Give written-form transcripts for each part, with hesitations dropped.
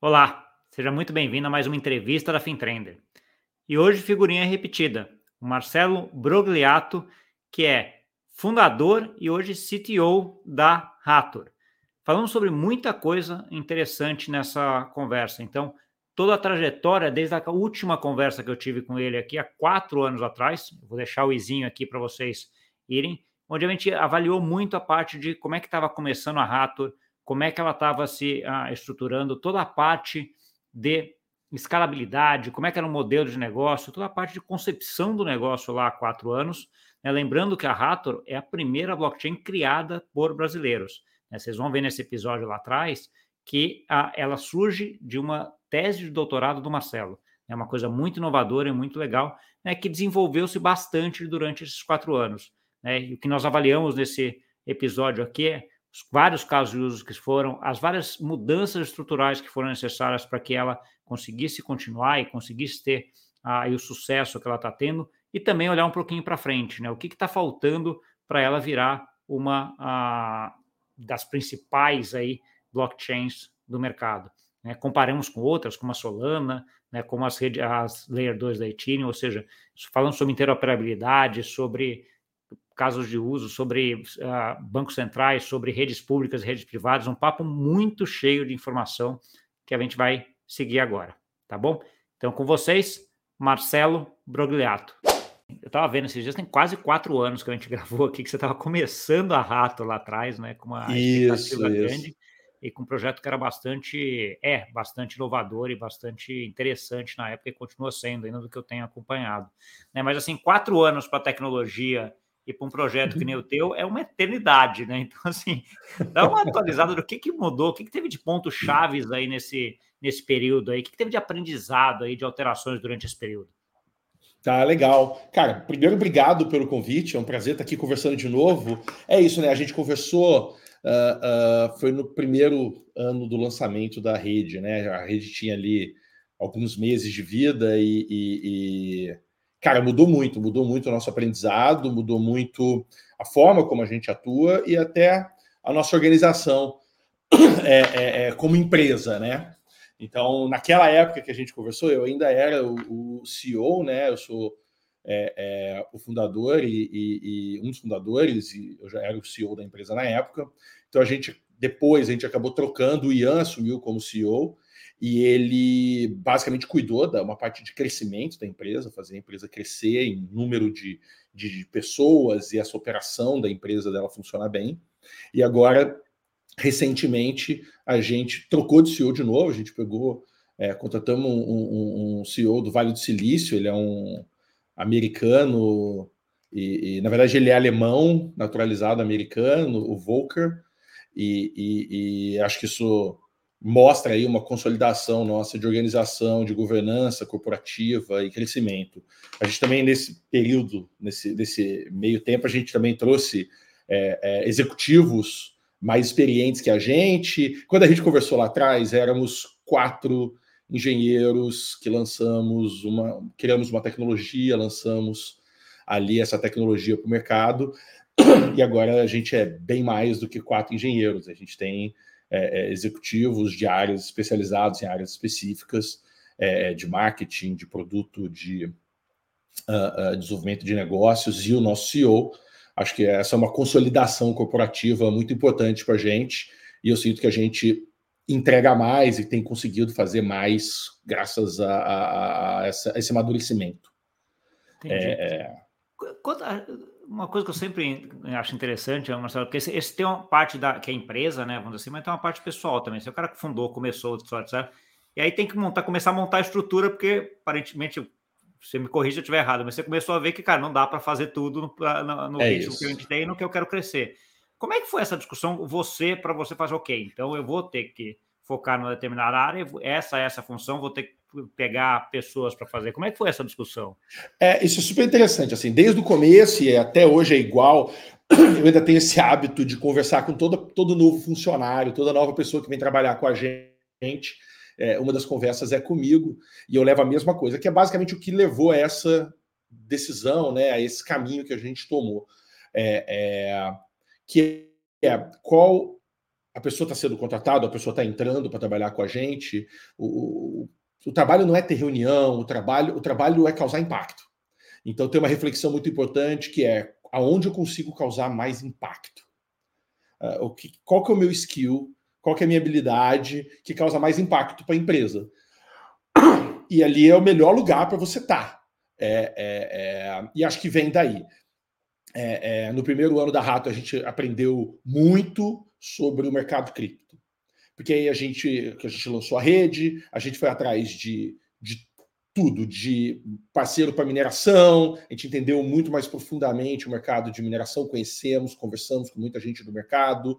Olá, seja muito bem-vindo a mais uma entrevista da Fintrender. E hoje figurinha repetida, o Marcelo Brogliato, que é fundador e hoje CTO da Rator. Falamos sobre muita coisa interessante nessa conversa. Então, toda a trajetória, desde a última conversa que eu tive com ele aqui há 4 anos atrás, vou deixar o izinho aqui para vocês irem, onde a gente avaliou muito a parte de como é que estava começando a Rator, como é que ela estava se estruturando, toda a parte de escalabilidade, como é que era o modelo de negócio, toda a parte de concepção do negócio lá há 4 anos. Né? Lembrando que a Rator é a primeira blockchain criada por brasileiros. Né? Vocês vão ver nesse episódio lá atrás que ela surge de uma tese de doutorado do Marcelo. É uma coisa muito inovadora e muito legal, né, que desenvolveu-se bastante durante esses 4 anos. Né? E o que nós avaliamos nesse episódio aqui é os vários casos de uso que foram, as várias mudanças estruturais que foram necessárias para que ela conseguisse continuar e conseguisse ter o sucesso que ela está tendo, e também olhar um pouquinho para frente, né? O que está faltando para ela virar uma das principais aí blockchains do mercado. Né? Comparamos com outras, como a Solana, né? Como as Layer 2 da Ethereum, ou seja, falando sobre interoperabilidade, sobre casos de uso, sobre bancos centrais, sobre redes públicas e redes privadas, um papo muito cheio de informação que a gente vai seguir agora, tá bom? Então, com vocês, Marcelo Brogliato. Eu estava vendo esses dias, tem quase 4 anos que a gente gravou aqui, que você estava começando a Rato lá atrás, né, com uma expectativa Isso. grande e com um projeto que era bastante inovador e bastante interessante na época e continua sendo, ainda do que eu tenho acompanhado. Né? Mas, assim, 4 anos para a tecnologia e para um projeto que nem o teu é uma eternidade, né? Então, assim, dá uma atualizada do que mudou, o que teve de pontos chaves aí nesse período aí, o que teve de aprendizado aí, de alterações durante esse período? Tá, legal. Cara, primeiro, obrigado pelo convite. É um prazer estar aqui conversando de novo. É isso, né? A gente conversou, foi no primeiro ano do lançamento da rede, né? A rede tinha ali alguns meses de vida cara, mudou muito o nosso aprendizado, mudou muito a forma como a gente atua e até a nossa organização como empresa, né? Então, naquela época que a gente conversou, eu ainda era o CEO, né? Eu sou o fundador e um dos fundadores, e eu já era o CEO da empresa na época. Então, depois a gente acabou trocando, o Ian assumiu como CEO, e ele basicamente cuidou da uma parte de crescimento da empresa, fazer a empresa crescer em número de pessoas e essa operação da empresa dela funcionar bem. E agora, recentemente, a gente trocou de CEO de novo, a gente contratamos um CEO do Vale do Silício, ele é um americano, na verdade ele é alemão, naturalizado americano, o Volker, e acho que isso mostra aí uma consolidação nossa de organização, de governança corporativa e crescimento. A gente também, nesse período, nesse meio tempo, a gente também trouxe executivos mais experientes que a gente. Quando a gente conversou lá atrás, éramos 4 engenheiros que criamos uma tecnologia, lançamos ali essa tecnologia para o mercado, e agora a gente é bem mais do que 4 engenheiros. A gente tem executivos de áreas especializados em áreas específicas, de marketing, de produto, de desenvolvimento de negócios, e o nosso CEO. Acho que essa é uma consolidação corporativa muito importante para a gente, e eu sinto que a gente entrega mais e tem conseguido fazer mais graças a esse amadurecimento. Entendi. Uma coisa que eu sempre acho interessante, Marcelo, porque esse tem uma parte que é a empresa, né, vamos dizer assim, mas tem uma parte pessoal também. Se o cara que fundou, começou, certo? E aí tem que começar a montar a estrutura, porque aparentemente, você me corrija se eu estiver errado, mas você começou a ver que, cara, não dá para fazer tudo no ritmo que a gente tem e no que eu quero crescer. Como é que foi essa discussão, para você fazer, ok, então eu vou ter que focar numa determinada área, essa função, vou ter que pegar pessoas para fazer. Como é que foi essa discussão? Isso é super interessante, assim, desde o começo e até hoje é igual. Eu ainda tenho esse hábito de conversar com todo novo funcionário, toda nova pessoa que vem trabalhar com a gente. Uma das conversas é comigo, e eu levo a mesma coisa, que é basicamente o que levou a essa decisão, né, a esse caminho que a gente tomou. Que é qual a pessoa está sendo contratada, a pessoa está entrando para trabalhar com a gente. O trabalho não é ter reunião, o trabalho é causar impacto. Então tem uma reflexão muito importante que é aonde eu consigo causar mais impacto. Qual que é o meu skill, qual que é a minha habilidade que causa mais impacto para a empresa. E ali é o melhor lugar para você estar. E acho que vem daí. No primeiro ano da Rato, a gente aprendeu muito sobre o mercado cripto. Porque aí a gente lançou a rede, a gente foi atrás de tudo, de parceiro para mineração, a gente entendeu muito mais profundamente o mercado de mineração, conversamos com muita gente do mercado,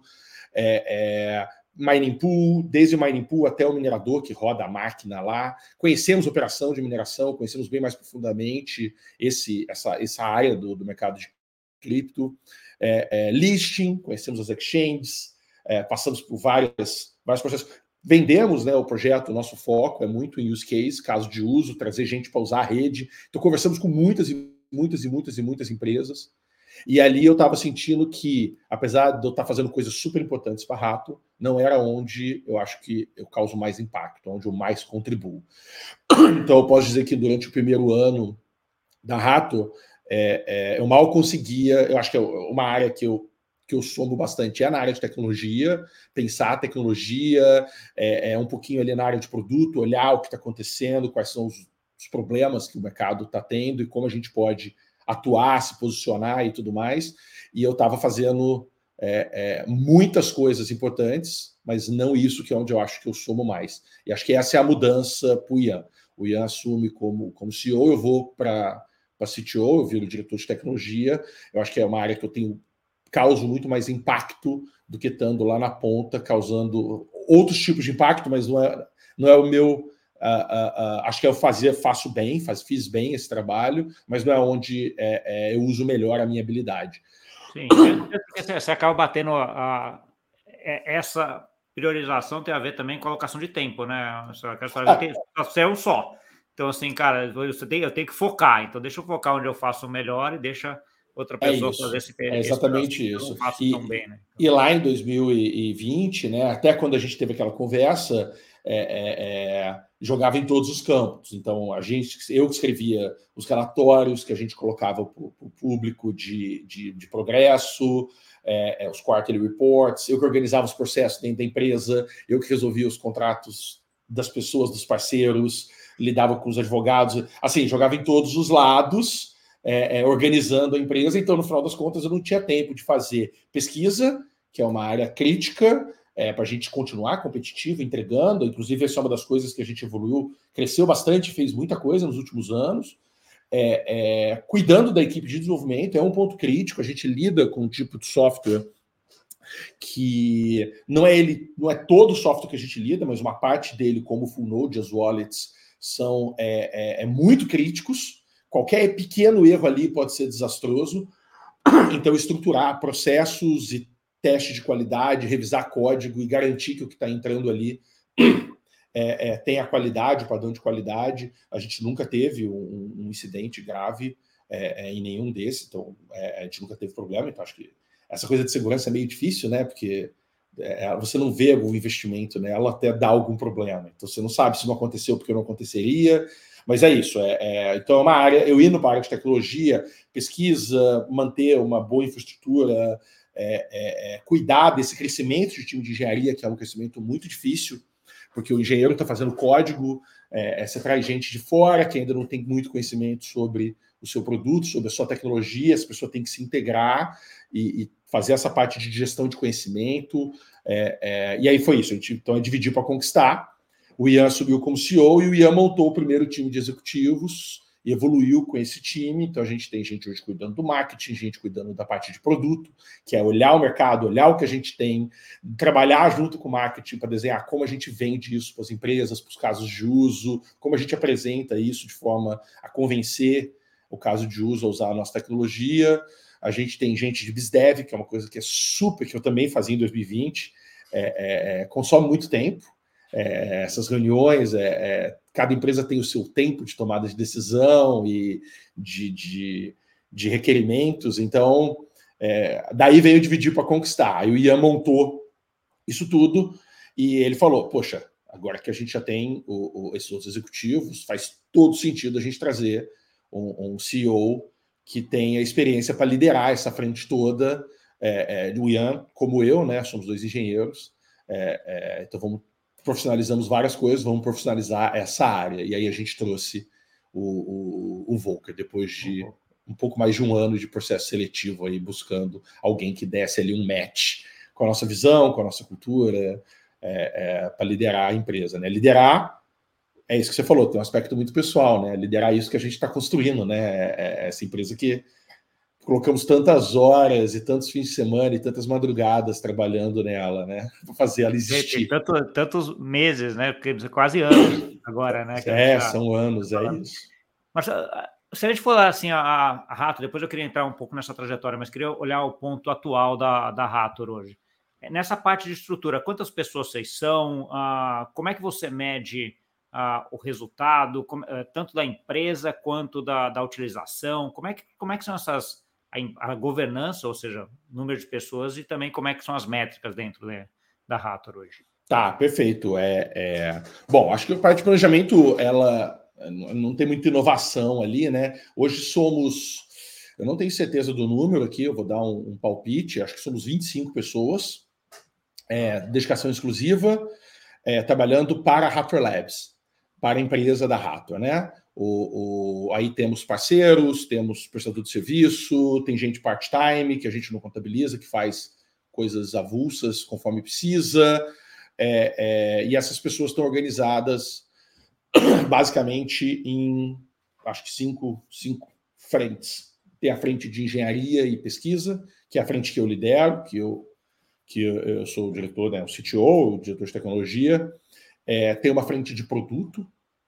mining pool, desde o mining pool até o minerador que roda a máquina lá, conhecemos operação de mineração, conhecemos bem mais profundamente essa área do mercado de cripto, listing, conhecemos as exchanges, passamos por vários processos. Vendemos, né, o projeto, o nosso foco é muito em use case, caso de uso, trazer gente para usar a rede. Então, conversamos com muitas empresas. E ali eu estava sentindo que, apesar de eu estar fazendo coisas super importantes para a Rato, não era onde eu acho que eu causo mais impacto, onde eu mais contribuo. Então, eu posso dizer que durante o primeiro ano da Rato, eu mal conseguia. Eu acho que uma área que eu somo bastante na área de tecnologia, pensar a tecnologia, um pouquinho ali na área de produto, olhar o que está acontecendo, quais são os problemas que o mercado está tendo e como a gente pode atuar, se posicionar e tudo mais. E eu estava fazendo muitas coisas importantes, mas não isso que é onde eu acho que eu somo mais. E acho que essa é a mudança para o Ian. O Ian assume como CEO, eu vou para CTO, eu viro diretor de tecnologia. Eu acho que é uma área que eu causo muito mais impacto do que estando lá na ponta, causando outros tipos de impacto, mas não é o meu. Acho que eu faço bem, fiz bem esse trabalho, mas não é onde eu uso melhor a minha habilidade. Sim, você acaba batendo essa priorização tem a ver também com a alocação de tempo, né? Você é um só. Então, assim, cara, eu tenho que focar. Então, deixa eu focar onde eu faço melhor e deixa outra pessoa fazer esse exatamente isso. Eu não faço tão bem, né? E lá em 2020, né, até quando a gente teve aquela conversa, jogava em todos os campos. Então, eu que escrevia os relatórios que a gente colocava para o público de progresso, os quarterly reports, eu que organizava os processos dentro da empresa, eu que resolvia os contratos das pessoas, dos parceiros, lidava com os advogados, assim, jogava em todos os lados, organizando a empresa. Então, no final das contas, eu não tinha tempo de fazer pesquisa, que é uma área crítica, para a gente continuar competitivo, entregando. Inclusive, essa é uma das coisas que a gente evoluiu, cresceu bastante, fez muita coisa nos últimos anos. Cuidando da equipe de desenvolvimento, é um ponto crítico. A gente lida com um tipo de software que não é todo o software que a gente lida, mas uma parte dele, como o Full Node, as wallets, são muito críticos. Qualquer pequeno erro ali pode ser desastroso. Então, estruturar processos e teste de qualidade, revisar código e garantir que o que está entrando ali tem a qualidade, o padrão de qualidade. A gente nunca teve um incidente grave em nenhum desses, então a gente nunca teve problema. Então, acho que essa coisa de segurança é meio difícil, né? Porque você não vê algum investimento nela até dar algum problema. Então, você não sabe se não aconteceu porque não aconteceria. Mas é isso. Então, é uma área. Eu indo para a área de tecnologia, pesquisa, manter uma boa infraestrutura, cuidar desse crescimento de time de engenharia, que é um crescimento muito difícil, porque o engenheiro está fazendo código, você traz gente de fora que ainda não tem muito conhecimento sobre o seu produto, sobre a sua tecnologia, essa pessoa tem que se integrar e fazer essa parte de gestão de conhecimento. E aí foi isso. Então, dividir para conquistar. O Ian subiu como CEO e o Ian montou o primeiro time de executivos e evoluiu com esse time. Então, a gente tem gente hoje cuidando do marketing, gente cuidando da parte de produto, que é olhar o mercado, olhar o que a gente tem, trabalhar junto com o marketing para desenhar como a gente vende isso para as empresas, para os casos de uso, como a gente apresenta isso de forma a convencer o caso de uso a usar a nossa tecnologia. A gente tem gente de BizDev, que é uma coisa que é super, que eu também fazia em 2020, consome muito tempo. Essas reuniões, cada empresa tem o seu tempo de tomada de decisão e de requerimentos. Então, daí veio dividir para conquistar. Aí o Ian montou isso tudo, e ele falou, poxa, agora que a gente já tem esses outros executivos, faz todo sentido a gente trazer um CEO que tenha experiência para liderar essa frente toda. O Ian, como eu, né, somos dois engenheiros, então profissionalizamos várias coisas, vamos profissionalizar essa área. E aí a gente trouxe o Volker, depois de um pouco mais de um ano de processo seletivo, aí buscando alguém que desse ali um match com a nossa visão, com a nossa cultura, para liderar a empresa. Né? Liderar é isso que você falou, tem um aspecto muito pessoal, né? Liderar isso que a gente está construindo, né? Essa empresa que colocamos tantas horas e tantos fins de semana e tantas madrugadas trabalhando nela, né? Para fazer ela existir. Tantos meses, né? Porque quase anos agora, né? São anos, é isso. Mas se a gente for assim, a Rator, depois eu queria entrar um pouco nessa trajetória, mas queria olhar o ponto atual da Rator hoje. Nessa parte de estrutura, quantas pessoas vocês são? Como é que você mede o resultado, tanto da empresa quanto da utilização? Como é que são a governança, ou seja, número de pessoas, e também como é que são as métricas dentro da Rator hoje? Tá, perfeito. Bom, acho que a parte de planejamento, ela não tem muita inovação ali, né? Hoje somos, eu não tenho certeza do número aqui, eu vou dar um palpite, acho que somos 25 pessoas, dedicação exclusiva, trabalhando para a Rator Labs, para a empresa da Rator, né? Aí temos parceiros, temos prestador de serviço, tem gente part-time que a gente não contabiliza, que faz coisas avulsas conforme precisa, e essas pessoas estão organizadas basicamente em, acho que cinco frentes. Tem a frente de engenharia e pesquisa, que é a frente que eu lidero, que eu sou o diretor, né, o CTO, o diretor de tecnologia. Tem uma frente de produto,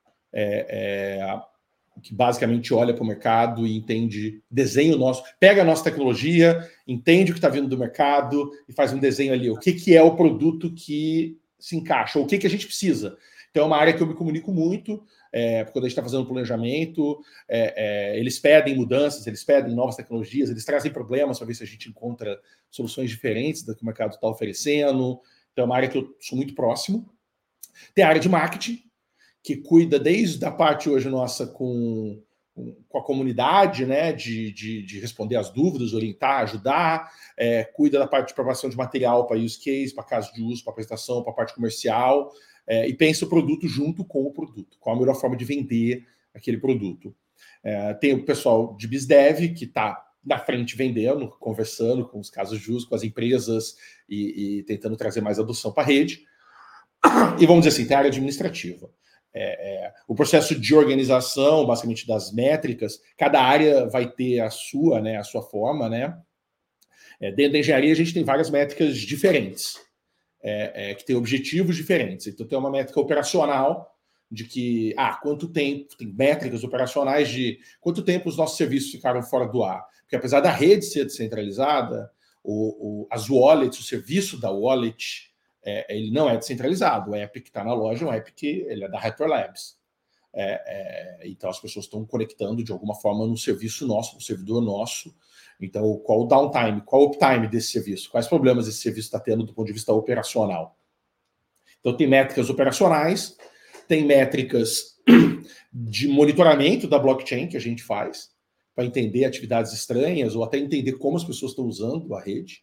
que basicamente olha para o mercado e entende, desenha o nosso, pega a nossa tecnologia, entende o que está vindo do mercado e faz um desenho ali, o que é o produto que se encaixa, ou o que a gente precisa. Então é uma área que eu me comunico muito, quando a gente está fazendo planejamento, eles pedem mudanças, eles pedem novas tecnologias, eles trazem problemas para ver se a gente encontra soluções diferentes do que o mercado está oferecendo. Então é uma área que eu sou muito próximo. Tem a área de marketing, que cuida desde a parte hoje nossa com a comunidade, né, de responder as dúvidas, orientar, ajudar, cuida da parte de preparação de material para use case, para caso de uso, para apresentação, para a parte comercial, e pensa o produto junto com o produto, qual a melhor forma de vender aquele produto. Tem o pessoal de BizDev, que está na frente vendendo, conversando com os casos de uso, com as empresas e tentando trazer mais adoção para a rede. E vamos dizer assim, tem a área administrativa. O processo de organização, basicamente das métricas, cada área vai ter a sua forma, né? Dentro da engenharia, a gente tem várias métricas diferentes, que têm objetivos diferentes. Então, tem uma métrica operacional de que, quanto tempo, tem métricas operacionais de quanto tempo os nossos serviços ficaram fora do ar. Porque apesar da rede ser descentralizada, as wallets, o serviço da wallet, ele não é descentralizado. O app que está na loja é um app que ele é da Rator Labs. Então as pessoas estão conectando de alguma forma no serviço nosso, no servidor nosso. Então, qual o downtime, qual o uptime desse serviço? Quais problemas esse serviço está tendo do ponto de vista operacional? Então, tem métricas operacionais, tem métricas de monitoramento da blockchain que a gente faz para entender atividades estranhas ou até entender como as pessoas estão usando a rede.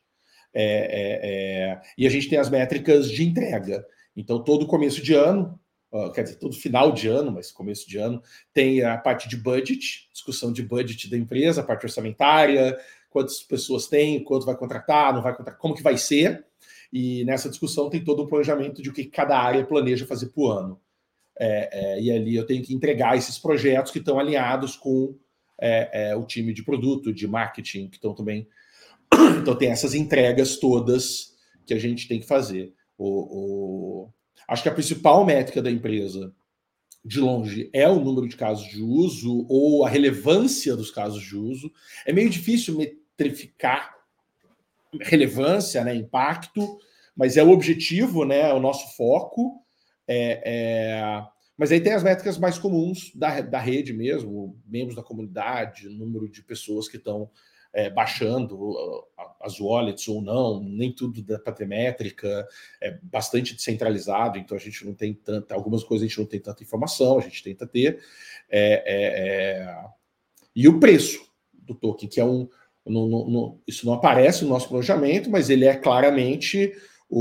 E a gente tem as métricas de entrega. Então, todo começo de ano, quer dizer, todo final de ano, mas começo de ano, tem a parte de budget, discussão de budget da empresa, a parte orçamentária, quantas pessoas tem, quanto vai contratar, não vai contratar, como que vai ser. E nessa discussão tem todo um planejamento de o que cada área planeja fazer por ano. E ali eu tenho que entregar esses projetos que estão alinhados com o time de produto, de marketing, que estão também. Então tem essas entregas todas que a gente tem que fazer. Acho que a principal métrica da empresa, de longe, é o número de casos de uso ou a relevância dos casos de uso. É meio difícil metrificar relevância, né, impacto, mas é o objetivo, né, é o nosso foco. Mas aí tem as métricas mais comuns da rede mesmo, membros da comunidade, número de pessoas que estão baixando as wallets ou não, nem tudo dá para ter métrica, é bastante descentralizado, então a gente não tem algumas coisas a gente não tem tanta informação, a gente tenta ter. E o preço do token, que é isso não aparece no nosso planejamento, mas ele é claramente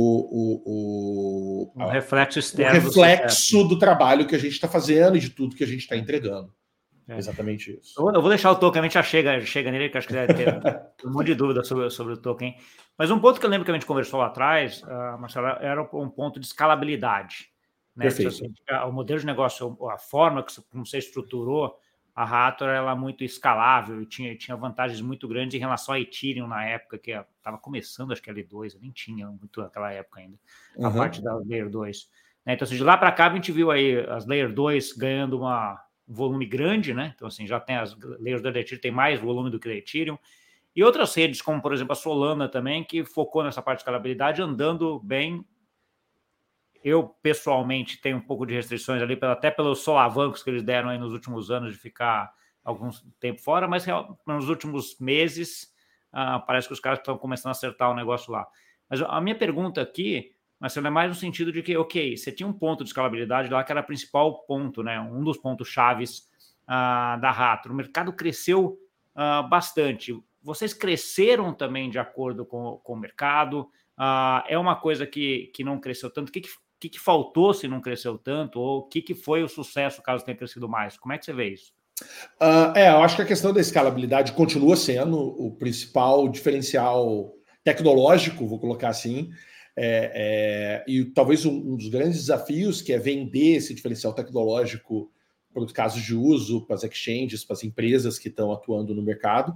um reflexo externo, o reflexo do trabalho que a gente está fazendo e de tudo que a gente está entregando. Exatamente isso. Eu vou deixar o token, a gente já chega nele, que acho que deve ter um monte de dúvida sobre o token. Mas um ponto que eu lembro que a gente conversou lá atrás, Marcelo, era um ponto de escalabilidade. Né? Perfeito. Assim, o modelo de negócio, a forma como você estruturou a Hathor, ela é muito escalável e tinha vantagens muito grandes em relação a Ethereum na época, que estava começando, acho que a L2, eu nem tinha muito naquela época ainda, a parte da Layer 2. Né? Então, assim, de lá para cá, a gente viu aí as Layer 2 ganhando um volume grande, né? Então, assim, já tem as layers da Ethereum, tem mais volume do que a Ethereum. E outras redes, como, por exemplo, a Solana também, que focou nessa parte de escalabilidade, andando bem. Eu, pessoalmente, tenho um pouco de restrições ali, até pelos solavancos que eles deram aí nos últimos anos de ficar algum tempo fora, mas nos últimos meses, parece que os caras estão começando a acertar o negócio lá. Mas a minha pergunta aqui, Marcelo, é mais no sentido de que, ok, você tinha um ponto de escalabilidade lá que era o principal ponto, né? Um dos pontos chaves da Hathor. O mercado cresceu bastante. Vocês cresceram também de acordo com o mercado? É uma coisa que não cresceu tanto? O que faltou se não cresceu tanto? Ou o que foi o sucesso caso tenha crescido mais? Como é que você vê isso? Eu acho que a questão da escalabilidade continua sendo o principal diferencial tecnológico, vou colocar assim, e talvez um dos grandes desafios, que é vender esse diferencial tecnológico para os casos de uso, para as exchanges, para as empresas que estão atuando no mercado.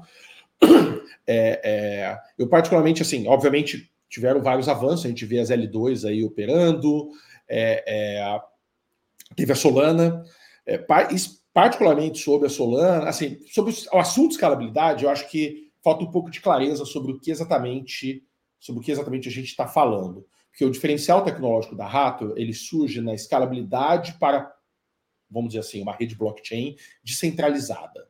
Eu particularmente, assim, obviamente tiveram vários avanços, a gente vê as L2 aí operando, teve a Solana, particularmente sobre a Solana, assim, sobre o assunto de escalabilidade, eu acho que falta um pouco de clareza sobre o que exatamente a gente está falando. Porque o diferencial tecnológico da Hathor, ele surge na escalabilidade para, vamos dizer assim, uma rede blockchain descentralizada.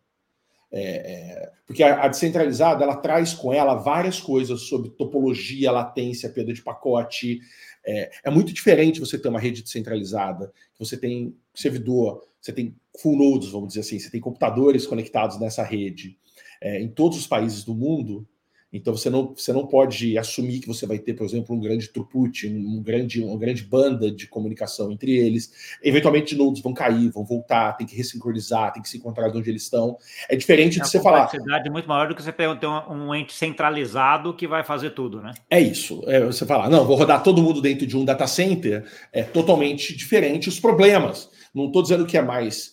Porque a descentralizada, ela traz com ela várias coisas sobre topologia, latência, perda de pacote. É muito diferente você ter uma rede descentralizada, que você tem servidor, você tem full nodes, vamos dizer assim, você tem computadores conectados nessa rede em todos os países do mundo. Então você não pode assumir que você vai ter, por exemplo, um grande throughput, uma grande banda de comunicação entre eles. Eventualmente nodes vão cair, vão voltar, tem que ressincronizar, tem que se encontrar de onde eles estão. É diferente de você falar. A complexidade é muito maior do que você ter um ente centralizado que vai fazer tudo, né? É isso. Você falar, não, vou rodar todo mundo dentro de um data center, é totalmente diferente os problemas. Não estou dizendo que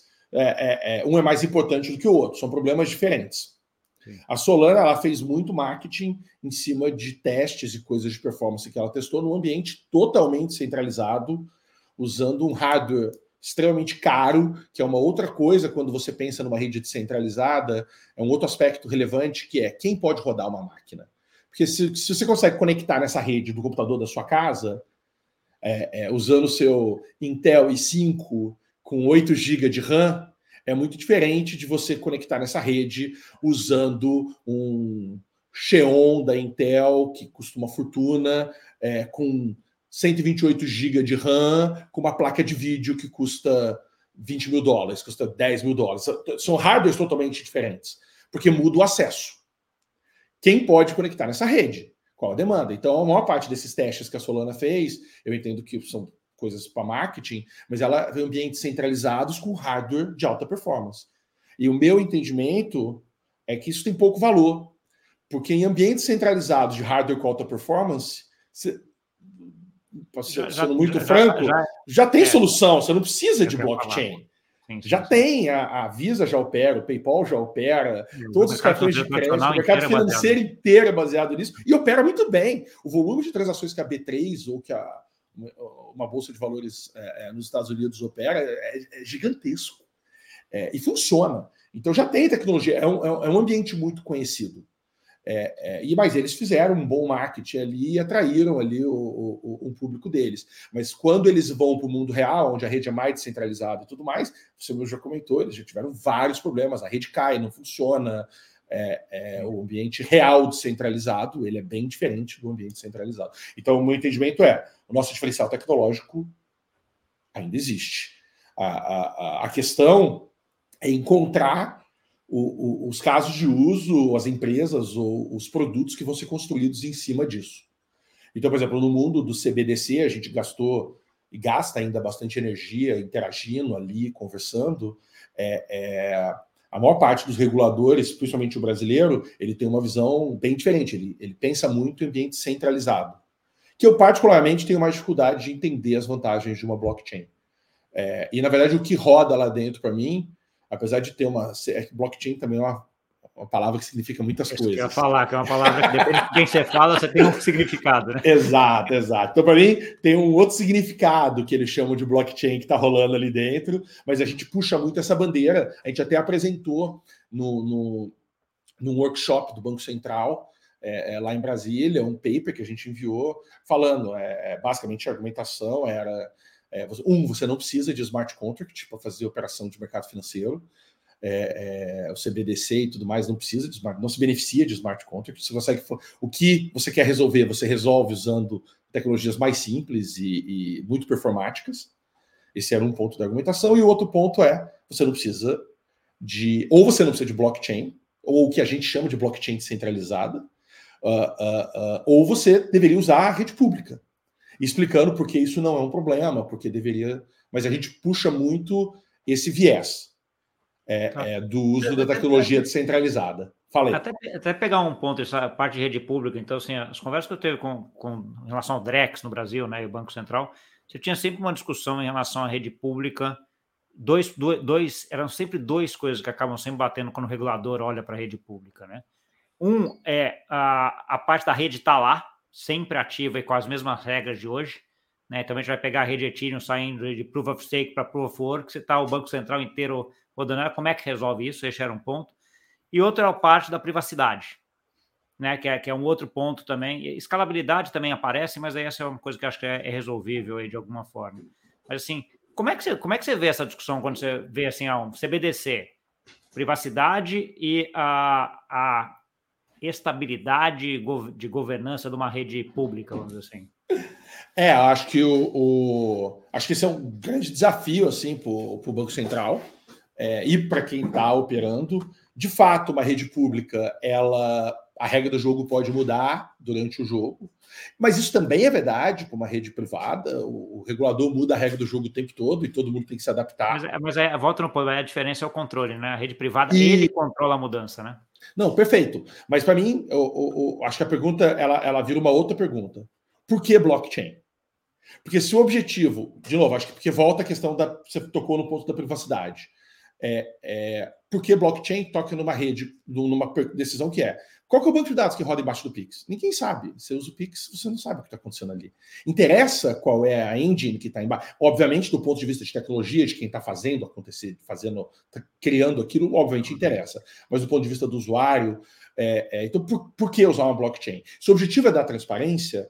um é mais importante do que o outro, são problemas diferentes. Sim. A Solana, ela fez muito marketing em cima de testes e coisas de performance que ela testou num ambiente totalmente centralizado, usando um hardware extremamente caro, que é uma outra coisa quando você pensa numa rede descentralizada, é um outro aspecto relevante, que é quem pode rodar uma máquina. Porque se você consegue conectar nessa rede do computador da sua casa, usando o seu Intel i5 com 8 GB de RAM, é muito diferente de você conectar nessa rede usando um Xeon da Intel, que custa uma fortuna, com 128 GB de RAM, com uma placa de vídeo que custa $20 mil, custa $10 mil. São hardwares totalmente diferentes, porque muda o acesso. Quem pode conectar nessa rede? Qual a demanda? Então, a maior parte desses testes que a Solana fez, eu entendo que são coisas para marketing, mas ela vê ambientes centralizados com hardware de alta performance. E o meu entendimento é que isso tem pouco valor, porque em ambientes centralizados de hardware com alta performance, sendo muito franco, já tem solução, você não precisa de blockchain. Já tem, a Visa já opera, o PayPal já opera, todos os cartões de crédito, o mercado financeiro inteiro é baseado nisso, e opera muito bem. O volume de transações que a B3 ou que uma bolsa de valores nos Estados Unidos opera é gigantesco. E funciona. Então já tem tecnologia, é um ambiente muito conhecido. Mas eles fizeram um bom marketing ali e atraíram ali o público deles. Mas quando eles vão para o mundo real, onde a rede é mais descentralizada e tudo mais, você já comentou, eles já tiveram vários problemas, a rede cai, não funciona, o ambiente real descentralizado, ele é bem diferente do ambiente centralizado. Então, o meu entendimento o nosso diferencial tecnológico ainda existe. A questão é encontrar os casos de uso, as empresas ou os produtos que vão ser construídos em cima disso. Então, por exemplo, no mundo do CBDC, a gente gastou e gasta ainda bastante energia interagindo ali, conversando. A maior parte dos reguladores, principalmente o brasileiro, ele tem uma visão bem diferente. Ele pensa muito em ambiente centralizado, que eu particularmente tenho mais dificuldade de entender as vantagens de uma blockchain. E, na verdade, o que roda lá dentro para mim, apesar de ter blockchain também é uma palavra que significa muitas coisas. Eu ia falar, que é uma palavra que depende de quem você fala, você tem um significado, né? Exato. Então, para mim, tem um outro significado que eles chamam de blockchain que está rolando ali dentro, mas a gente puxa muito essa bandeira. A gente até apresentou num workshop do Banco Central, lá em Brasília, um paper que a gente enviou, falando, basicamente a argumentação era, você não precisa de smart contract para fazer operação de mercado financeiro. O CBDC e tudo mais não precisa de não se beneficia de smart contract. Você consegue, o que você quer resolver, você resolve usando tecnologias mais simples e muito performáticas. Esse era um ponto da argumentação. E o outro ponto você não precisa você não precisa de blockchain, ou o que a gente chama de blockchain descentralizada, ou você deveria usar a rede pública, explicando por que isso não é um problema, porque deveria. Mas a gente puxa muito esse viés. Do uso da tecnologia descentralizada. Falei. Até pegar um ponto, essa parte de rede pública, então, assim, as conversas que eu teve em relação ao Drex no Brasil, né, e o Banco Central, você tinha sempre uma discussão em relação à rede pública, eram sempre duas coisas que acabam sempre batendo quando o regulador olha para a rede pública, né? Um é a parte da rede está lá, sempre ativa e com as mesmas regras de hoje, né? Também a gente vai pegar a rede Ethereum saindo de Proof of Stake para Proof of Work, você está o Banco Central inteiro rodando, como é que resolve isso? Esse era um ponto. E outra é a parte da privacidade, né? Que é um outro ponto também. Escalabilidade também aparece, mas aí essa é uma coisa que eu acho que é resolvível aí de alguma forma. Mas assim, como é que você vê essa discussão quando você vê assim, um CBDC, privacidade e a estabilidade de governança de uma rede pública, vamos dizer assim? Acho que acho que esse é um grande desafio assim, para o Banco Central e para quem está operando. De fato, uma rede pública, a regra do jogo pode mudar durante o jogo, mas isso também é verdade para uma rede privada. O regulador muda a regra do jogo o tempo todo e todo mundo tem que se adaptar. Mas volta no ponto, a diferença é o controle, né? A rede privada, ele controla a mudança, né? Não, perfeito. Mas para mim, acho que a pergunta ela vira uma outra pergunta. Por que blockchain? Porque se o objetivo, de novo, acho que porque volta a questão você tocou no ponto da privacidade. Por que blockchain toca numa rede, numa decisão que qual que é o banco de dados que roda embaixo do Pix? Ninguém sabe. Você usa o Pix, você não sabe o que está acontecendo ali. Interessa qual é a engine que está embaixo. Obviamente, do ponto de vista de tecnologia, de quem está fazendo acontecer, criando aquilo, obviamente interessa. Mas do ponto de vista do usuário, então por que usar uma blockchain? Se o objetivo é dar transparência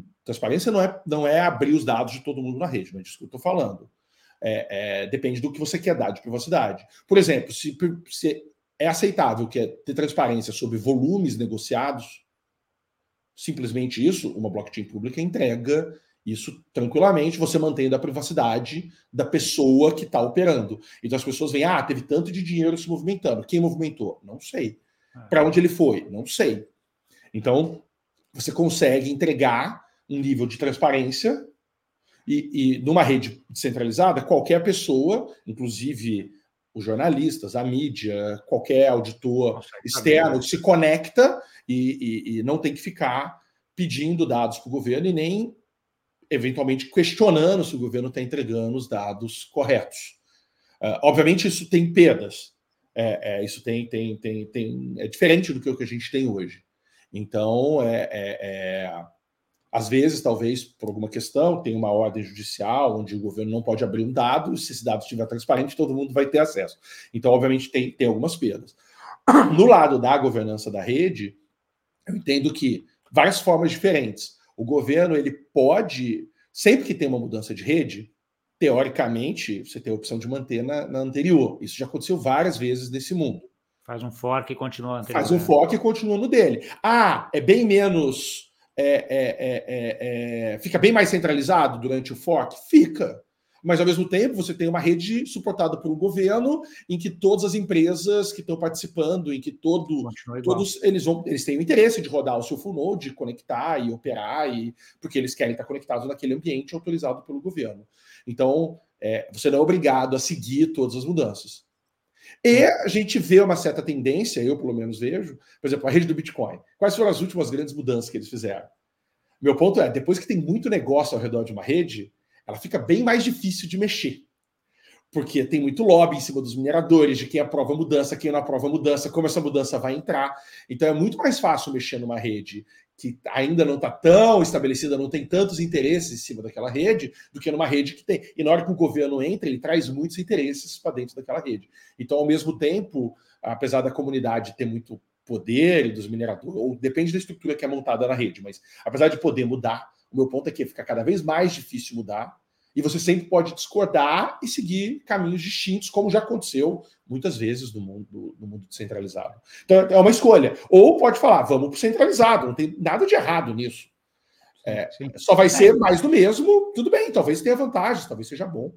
não é abrir os dados de todo mundo na rede, não é disso que eu estou falando. Depende do que você quer dar de privacidade. Por exemplo, se é aceitável ter transparência sobre volumes negociados, simplesmente isso, uma blockchain pública entrega isso tranquilamente, você mantendo a privacidade da pessoa que está operando. Então as pessoas veem, teve tanto de dinheiro se movimentando. Quem movimentou? Não sei. Para onde ele foi? Não sei. Então, você consegue entregar um nível de transparência e numa rede descentralizada, qualquer pessoa, inclusive os jornalistas, a mídia, qualquer auditor externo, se conecta e não tem que ficar pedindo dados para o governo e nem, eventualmente, questionando se o governo está entregando os dados corretos. Obviamente, isso tem perdas. Isso é diferente do que o que a gente tem hoje. Então, às vezes, talvez, por alguma questão, tem uma ordem judicial onde o governo não pode abrir um dado, se esse dado estiver transparente, todo mundo vai ter acesso. Então, obviamente, tem algumas perdas. No lado da governança da rede, eu entendo que várias formas diferentes. O governo, ele pode, sempre que tem uma mudança de rede, teoricamente, você tem a opção de manter na anterior. Isso já aconteceu várias vezes nesse mundo. Faz um fork e continua anterior. Faz um fork e continua no dele. É bem menos... fica bem mais centralizado durante o fork? Fica. Mas, ao mesmo tempo, você tem uma rede suportada pelo governo em que todas as empresas que estão participando, em que todos eles têm o interesse de rodar o seu full node, conectar e operar, porque eles querem estar conectados naquele ambiente autorizado pelo governo. Então, você não é obrigado a seguir todas as mudanças. E a gente vê uma certa tendência, eu pelo menos vejo, por exemplo, a rede do Bitcoin. Quais foram as últimas grandes mudanças que eles fizeram? Meu ponto é, depois que tem muito negócio ao redor de uma rede, ela fica bem mais difícil de mexer. Porque tem muito lobby em cima dos mineradores, de quem aprova a mudança, quem não aprova a mudança, como essa mudança vai entrar. Então é muito mais fácil mexer numa rede que ainda não está tão estabelecida, não tem tantos interesses em cima daquela rede, do que numa rede que tem. E na hora que o governo entra, ele traz muitos interesses para dentro daquela rede. Então, ao mesmo tempo, apesar da comunidade ter muito poder e dos mineradores, ou depende da estrutura que é montada na rede, mas apesar de poder mudar, o meu ponto é que fica cada vez mais difícil mudar, e você sempre pode discordar e seguir caminhos distintos, como já aconteceu muitas vezes no mundo descentralizado. Então é uma escolha. Ou pode falar, vamos para o centralizado, não tem nada de errado nisso. Só vai ser mais do mesmo, tudo bem, talvez tenha vantagens, talvez seja bom.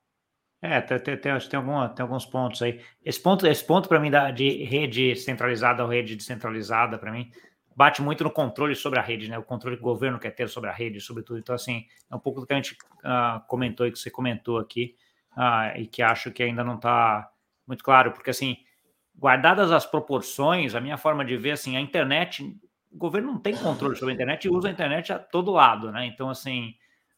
Tem alguns pontos aí. Esse ponto para mim de rede centralizada ou rede descentralizada, para mim, bate muito no controle sobre a rede, né? O controle que o governo quer ter sobre a rede, sobretudo. Então, assim, é um pouco do que a gente comentou e que você comentou aqui, e que acho que ainda não está muito claro, porque, assim, guardadas as proporções, a minha forma de ver, assim, a internet, o governo não tem controle sobre a internet e usa a internet a todo lado, né? Então, assim,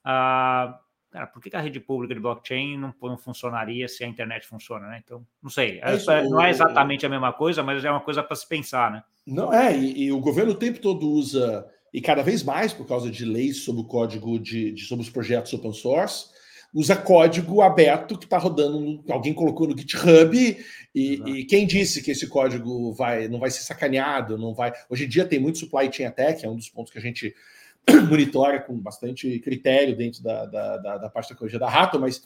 cara, por que a rede pública de blockchain não funcionaria se a internet funciona, né? Então, não sei. Não é exatamente a mesma coisa, mas é uma coisa para se pensar, né? Não e o governo o tempo todo usa, e cada vez mais por causa de leis sobre o código sobre os projetos open source, usa código aberto que está rodando, alguém colocou no GitHub, e quem disse que esse código não vai ser sacaneado, não vai... Hoje em dia tem muito supply chain attack, é um dos pontos que a gente monitora com bastante critério dentro da parte da tecnologia da Rato, mas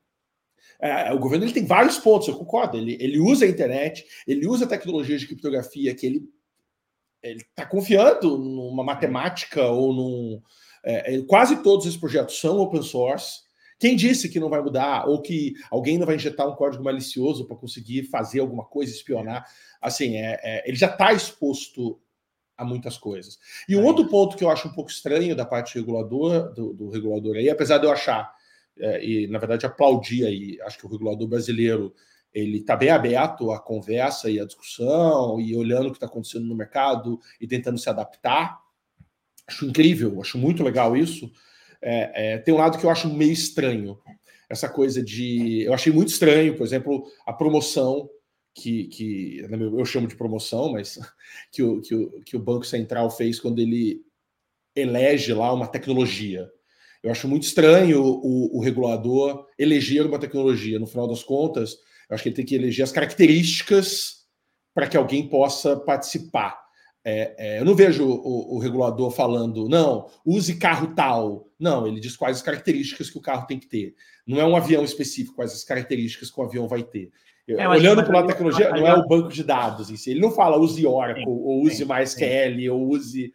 o governo ele tem vários pontos, eu concordo, ele usa a internet, ele usa tecnologias de criptografia que ele está confiando numa matemática ou quase todos esses projetos são open source. Quem disse que não vai mudar ou que alguém não vai injetar um código malicioso para conseguir fazer alguma coisa, espionar? Assim, ele já está exposto a muitas coisas. E um outro ponto que eu acho um pouco estranho da parte regulador, do regulador aí, apesar de eu achar, e na verdade aplaudir aí, acho que o regulador brasileiro ele está bem aberto à conversa e à discussão e olhando o que está acontecendo no mercado e tentando se adaptar. Acho incrível, acho muito legal isso. Tem um lado que eu acho meio estranho. Essa coisa de... Eu achei muito estranho, por exemplo, a promoção que eu chamo de promoção, mas que o Banco Central fez quando ele elege lá uma tecnologia. Eu acho muito estranho o regulador eleger uma tecnologia. No final das contas, eu acho que ele tem que eleger as características para que alguém possa participar. Eu não vejo o regulador falando, não, use carro tal. Não, ele diz quais as características que o carro tem que ter. Não é um avião específico, quais as características que o avião vai ter. Olhando para a tecnologia, não é o banco de dados em si. Ele não fala use Oracle, ou use MySQL, ou use...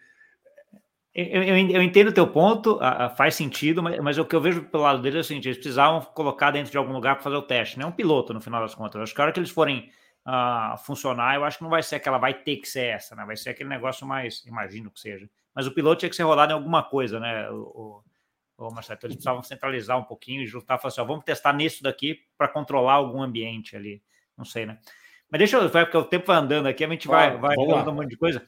Eu entendo o teu ponto, faz sentido, mas o que eu vejo pelo lado deles é o seguinte, eles precisavam colocar dentro de algum lugar para fazer o teste, não é um piloto no final das contas. Eu acho que a hora que eles forem funcionar, eu acho que não vai ser aquela, vai ter que ser essa, né? Vai ser aquele negócio mais, imagino que seja. Mas o piloto tinha que ser rodado em alguma coisa, né, Marcelo? Então eles precisavam centralizar um pouquinho e juntar, falar assim, vamos testar nisso daqui para controlar algum ambiente ali, não sei, né? Mas deixa eu, porque o tempo vai andando aqui, a gente vai falando um monte de coisa.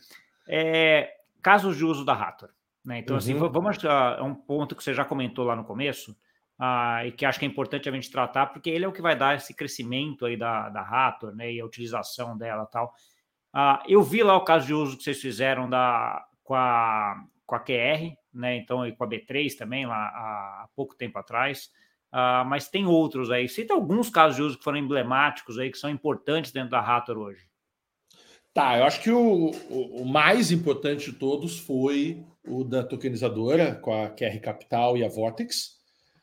Casos de uso da Hathor, né? Então, assim, vamos a um ponto que você já comentou lá no começo, e que acho que é importante a gente tratar, porque ele é o que vai dar esse crescimento aí da Hathor, né? E a utilização dela e tal. Eu vi lá o caso de uso que vocês fizeram com a QR, né? Então, e com a B3 também, lá há pouco tempo atrás. Mas tem outros aí. Cita alguns casos de uso que foram emblemáticos aí, que são importantes dentro da Hathor hoje. Tá, eu acho que o mais importante de todos foi o da tokenizadora, com a QR Capital e a Vortex.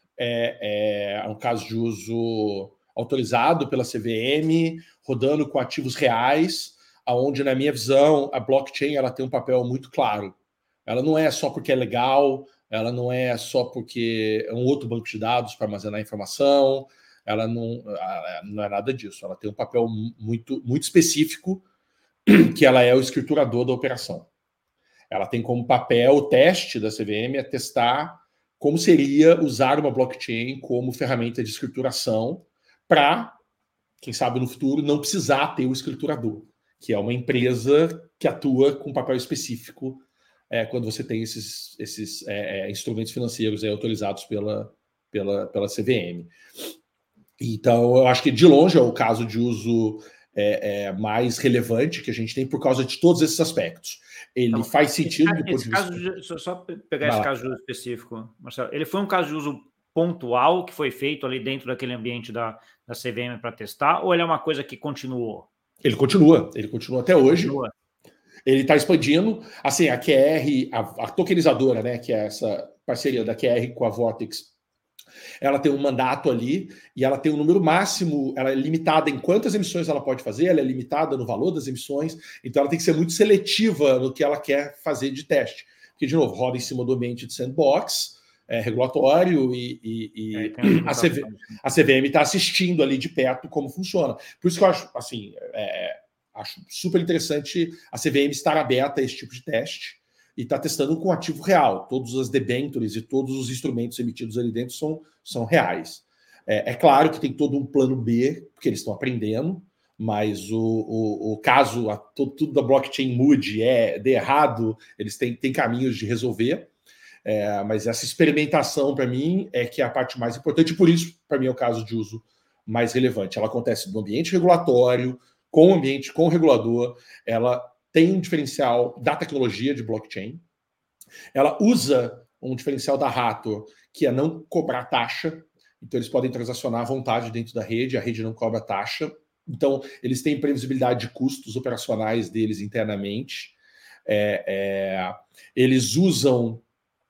É um caso de uso autorizado pela CVM, rodando com ativos reais. onde, na minha visão, a blockchain ela tem um papel muito claro. Ela não é só porque é legal, ela não é só porque é um outro banco de dados para armazenar informação, ela não é nada disso. Ela tem um papel muito, muito específico, que ela é o escriturador da operação. Ela tem como papel, o teste da CVM é testar como seria usar uma blockchain como ferramenta de escrituração para, quem sabe no futuro, não precisar ter o escriturador, que é uma empresa que atua com papel específico quando você tem esses instrumentos financeiros autorizados pela CVM. Então, eu acho que de longe é o caso de uso mais relevante que a gente tem por causa de todos esses aspectos. Ele faz sentido do ponto de vista... Só pegar esse caso de uso específico, Marcelo, ele foi um caso de uso pontual que foi feito ali dentro daquele ambiente da CVM para testar, ou ele é uma coisa que continuou? Ele continua até hoje. Continua. Ele está expandindo. Assim, a QR, a tokenizadora, né, que é essa parceria da QR com a Vortex, ela tem um mandato ali e ela tem um número máximo, ela é limitada em quantas emissões ela pode fazer, ela é limitada no valor das emissões, então ela tem que ser muito seletiva no que ela quer fazer de teste. Porque, de novo, roda em cima do ambiente de sandbox, regulatório e a CVM está assistindo ali de perto como funciona. Por isso que eu acho, assim, acho super interessante a CVM estar aberta a esse tipo de teste e está testando com ativo real. Todas as debêntures e todos os instrumentos emitidos ali dentro são reais. É claro que tem todo um plano B, porque eles estão aprendendo, mas o caso, tudo da blockchain mude, dê errado, eles têm caminhos de resolver. Mas essa experimentação, para mim, é que é a parte mais importante, e por isso, para mim, é o caso de uso mais relevante. Ela acontece no ambiente regulatório, com o ambiente, com o regulador, ela tem um diferencial da tecnologia de blockchain, ela usa um diferencial da Hathor, que é não cobrar taxa, então eles podem transacionar à vontade dentro da rede, a rede não cobra taxa, então eles têm previsibilidade de custos operacionais deles internamente, eles usam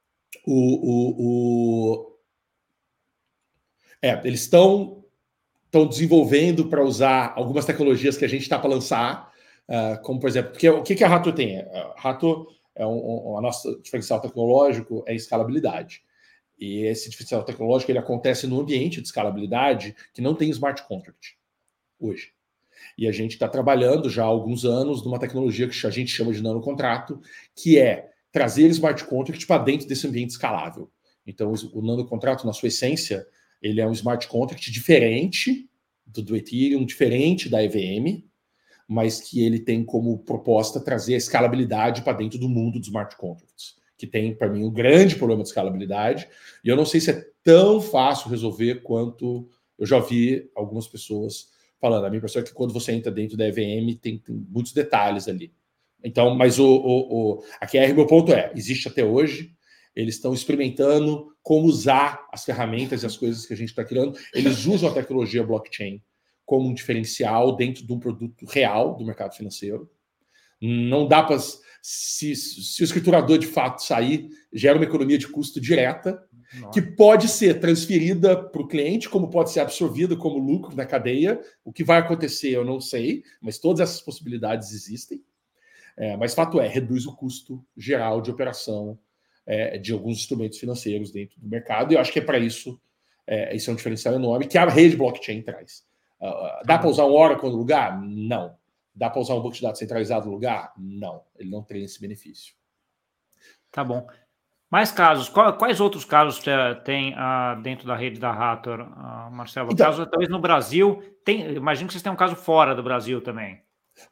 eles estão desenvolvendo para usar algumas tecnologias que a gente está para lançar, como, por exemplo, porque o que a Hathor tem? A Hathor, a nossa diferencial tecnológico é escalabilidade. E esse diferencial tecnológico ele acontece no ambiente de escalabilidade que não tem smart contract hoje. E a gente está trabalhando já há alguns anos numa tecnologia que a gente chama de nanocontrato, que é trazer smart contract para dentro desse ambiente escalável. Então, o nanocontrato, na sua essência, ele é um smart contract diferente do Ethereum, diferente da EVM, mas que ele tem como proposta trazer a escalabilidade para dentro do mundo dos smart contracts, que tem, para mim, um grande problema de escalabilidade. E eu não sei se é tão fácil resolver quanto eu já vi algumas pessoas falando. A minha impressão é que quando você entra dentro da EVM, tem muitos detalhes ali. Então, mas aqui meu ponto existe até hoje, eles estão experimentando como usar as ferramentas e as coisas que a gente está criando. Eles usam a tecnologia blockchain como um diferencial dentro de um produto real do mercado financeiro. Não dá para... Se o escriturador de fato sair, gera uma economia de custo direta, que pode ser transferida para o cliente, como pode ser absorvida como lucro na cadeia. O que vai acontecer eu não sei, mas todas essas possibilidades existem. Mas fato reduz o custo geral de operação de alguns instrumentos financeiros dentro do mercado, e eu acho que é para isso, isso é um diferencial enorme que a rede blockchain traz. Dá para usar um Oracle no lugar? Não. Dá para usar um banco de dados centralizado no lugar? Não. Ele não tem esse benefício. Tá bom. Mais casos. Quais outros casos tem dentro da rede da Hathor, Marcelo? Então, caso, talvez no Brasil. Imagino que vocês tenham um caso fora do Brasil também.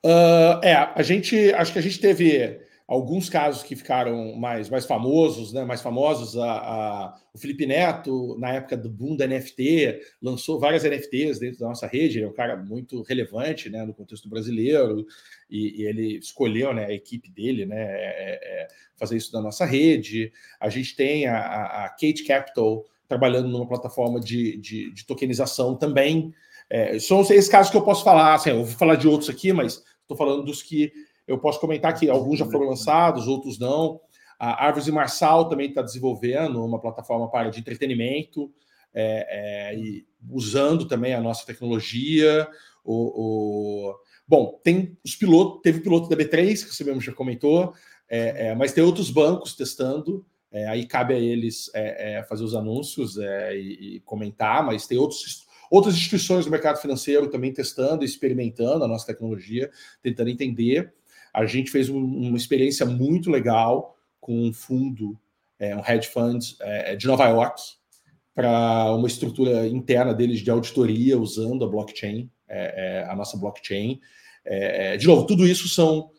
Acho que a gente teve alguns casos que ficaram mais famosos, né? Mais famosos. O Felipe Neto, na época do boom da NFT, lançou várias NFTs dentro da nossa rede. Ele é um cara muito relevante, né, no contexto brasileiro, e ele escolheu, né, a equipe dele, né, fazer isso na nossa rede. A gente tem a Kate Capital trabalhando numa plataforma de tokenização também. São esses casos que eu posso falar, assim, eu vou falar de outros aqui, mas estou falando dos que eu posso comentar que alguns já foram lançados, outros não. A Árvores e Marçal também está desenvolvendo uma plataforma para de entretenimento, e usando também a nossa tecnologia. Bom, tem os pilotos, teve piloto da B3, que você mesmo já comentou, mas tem outros bancos testando. Aí cabe a eles fazer os anúncios e comentar, mas tem outras instituições do mercado financeiro também testando, experimentando a nossa tecnologia, tentando entender. A gente fez uma experiência muito legal com um fundo, um hedge fund de Nova York, para uma estrutura interna deles de auditoria usando a blockchain, a nossa blockchain. De novo, tudo isso são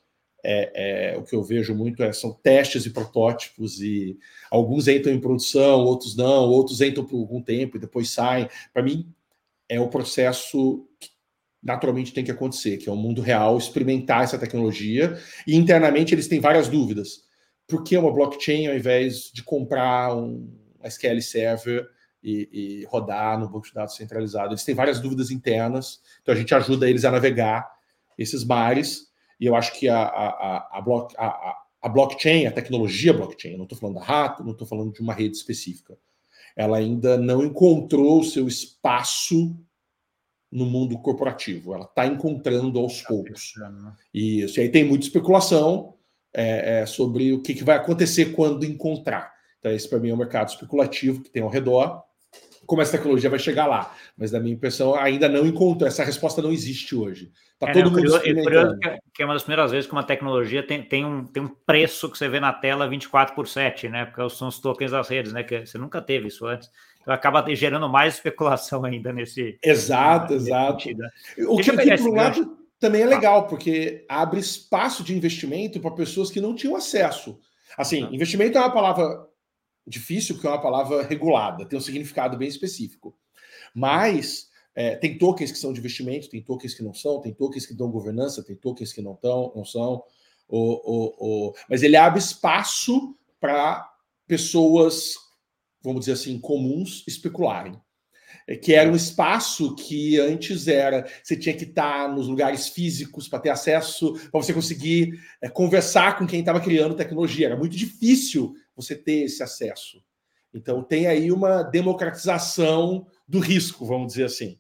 o que eu vejo muito são testes e protótipos, e alguns entram em produção, outros não, outros entram por algum tempo e depois saem. Para mim, é o processo que naturalmente tem que acontecer, que é o mundo real, experimentar essa tecnologia, e internamente eles têm várias dúvidas. Por que uma blockchain ao invés de comprar um SQL Server e rodar no banco de dados centralizado? Eles têm várias dúvidas internas, então a gente ajuda eles a navegar esses mares, e eu acho que a blockchain, a tecnologia blockchain, não estou falando da Rato, não estou falando de uma rede específica, ela ainda não encontrou o seu espaço no mundo corporativo. Ela está encontrando aos poucos. E isso. E aí tem muita especulação sobre o que vai acontecer quando encontrar. Então, esse para mim é um mercado especulativo que tem ao redor. Como essa tecnologia vai chegar lá? Mas, da minha impressão, ainda não encontrou. Essa resposta não existe hoje. Está todo mundo experimentando. É curioso que é uma das primeiras vezes que uma tecnologia tem um preço que você vê na tela 24/7, né? Porque são os tokens das redes, né? Que você nunca teve isso antes. Então acaba gerando mais especulação ainda nesse. Exato. Sentido, né? O que, por um lado, também é legal, porque abre espaço de investimento para pessoas que não tinham acesso. Assim, investimento é uma palavra difícil, porque é uma palavra regulada, tem um significado bem específico. Mas tem tokens que são de investimento, tem tokens que não são, tem tokens que dão governança, tem tokens que não são. Mas ele abre espaço para pessoas, vamos dizer assim, comuns especularem. Que era um espaço que antes você tinha que estar nos lugares físicos para ter acesso, para você conseguir conversar com quem estava criando tecnologia. Era muito difícil você ter esse acesso. Então tem aí uma democratização do risco, vamos dizer assim.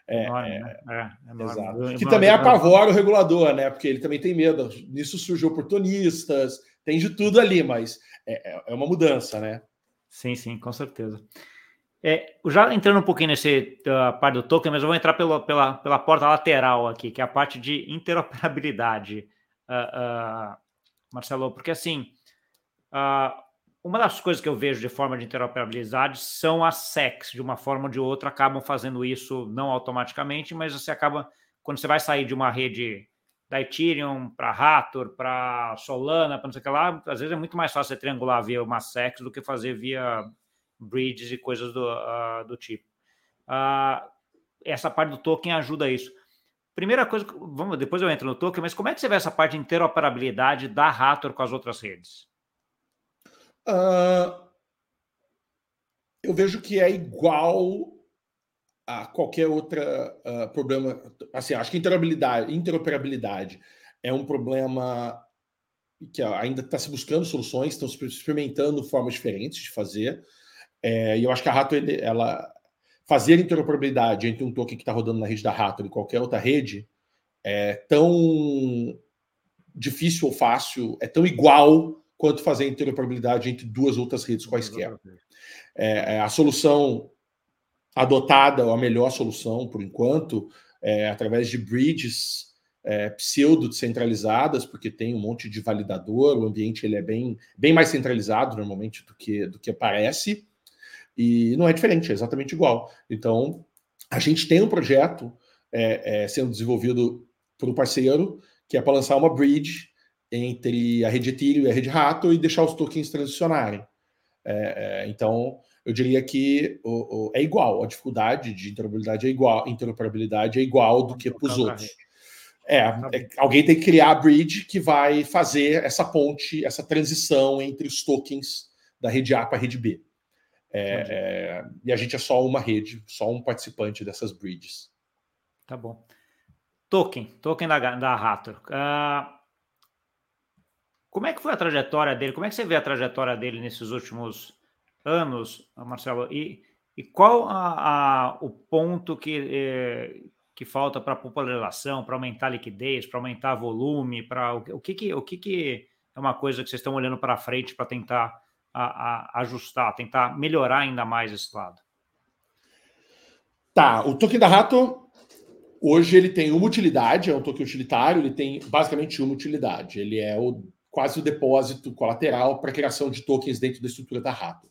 Exato. Que também apavora o regulador, né? Porque ele também tem medo. Nisso surgiu oportunistas, tem de tudo ali, mas é uma mudança, né? Sim, com certeza. Já entrando um pouquinho nesse parte do token, mas eu vou entrar pela porta lateral aqui, que é a parte de interoperabilidade, Marcelo, porque assim, uma das coisas que eu vejo de forma de interoperabilidade são as SECs, de uma forma ou de outra, acabam fazendo isso não automaticamente, mas você acaba, quando você vai sair de uma rede da Ethereum para Hathor, para Solana, para não sei o que lá, às vezes é muito mais fácil você triangular via uma SEC do que fazer via bridges e coisas do tipo. Essa parte do token ajuda isso. Primeira coisa, depois eu entro no token, mas como é que você vê essa parte de interoperabilidade da Hathor com as outras redes? Eu vejo que é igual a qualquer outra problema. Assim, acho que interoperabilidade é um problema que ainda está se buscando soluções, estão se experimentando formas diferentes de fazer. E eu acho que a Hathor, ela fazer interoperabilidade entre um token que está rodando na rede da Hathor e qualquer outra rede é tão difícil ou fácil, é tão igual quanto fazer interoperabilidade entre duas outras redes quaisquer. A solução adotada, ou a melhor solução, por enquanto, através de bridges pseudo-descentralizadas, porque tem um monte de validador, o ambiente ele é bem mais centralizado, normalmente, do que parece, e não é diferente, é exatamente igual. Então, a gente tem um projeto sendo desenvolvido por um parceiro, que é para lançar uma bridge entre a rede Ethereum e a rede Hathor e deixar os tokens transicionarem. Então, eu diria que é igual, a dificuldade de interoperabilidade é igual do que para os outros. Alguém tem que criar a bridge que vai fazer essa ponte, essa transição entre os tokens da rede A para a rede B. E a gente é só uma rede, só um participante dessas bridges. Tá bom. Token da Hathor. Como é que foi a trajetória dele? Como é que você vê a trajetória dele nesses últimos anos, Marcelo? E qual o ponto que que falta para popularização, para aumentar a liquidez, para aumentar volume, para o que é uma coisa que vocês estão olhando para frente para tentar ajustar, tentar melhorar ainda mais esse lado? Tá, o token da Rato, hoje ele tem uma utilidade, é um token utilitário, ele tem basicamente uma utilidade. Ele é quase o depósito colateral para a criação de tokens dentro da estrutura da Rato.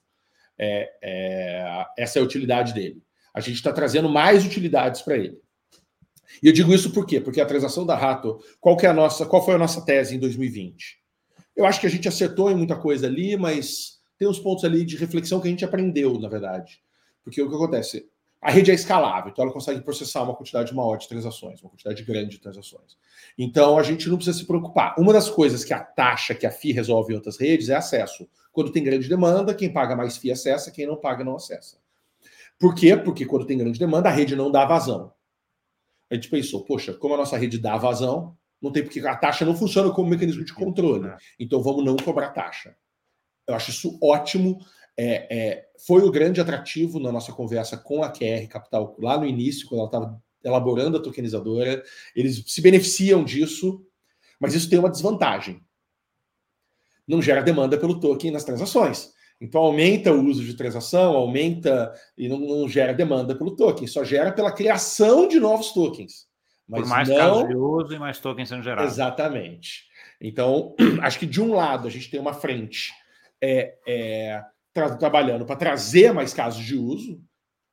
Essa é a utilidade dele. A gente está trazendo mais utilidades para ele. E eu digo isso por quê? Porque a transação da Rato, qual foi a nossa tese em 2020? Eu acho que a gente acertou em muita coisa ali, mas tem uns pontos ali de reflexão que a gente aprendeu, na verdade. Porque o que acontece? A rede é escalável, então ela consegue processar uma quantidade maior de transações, uma quantidade grande de transações. Então a gente não precisa se preocupar. Uma das coisas que a taxa, que a FII resolve em outras redes é acesso. Quando tem grande demanda, quem paga mais FII acessa, quem não paga não acessa. Por quê? Porque quando tem grande demanda, a rede não dá vazão. A gente pensou, poxa, como a nossa rede dá vazão, não tem porque a taxa não funciona como mecanismo de controle. Então vamos não cobrar taxa. Eu acho isso ótimo. Foi o grande atrativo na nossa conversa com a QR Capital lá no início, quando ela estava elaborando a tokenizadora. Eles se beneficiam disso, mas isso tem uma desvantagem. Não gera demanda pelo token nas transações. Então aumenta o uso de transação, aumenta e não gera demanda pelo token, só gera pela criação de novos tokens. Mas por mais casos de uso e mais tokens sendo gerados. Exatamente. Então, acho que de um lado a gente tem uma frente trabalhando para trazer mais casos de uso,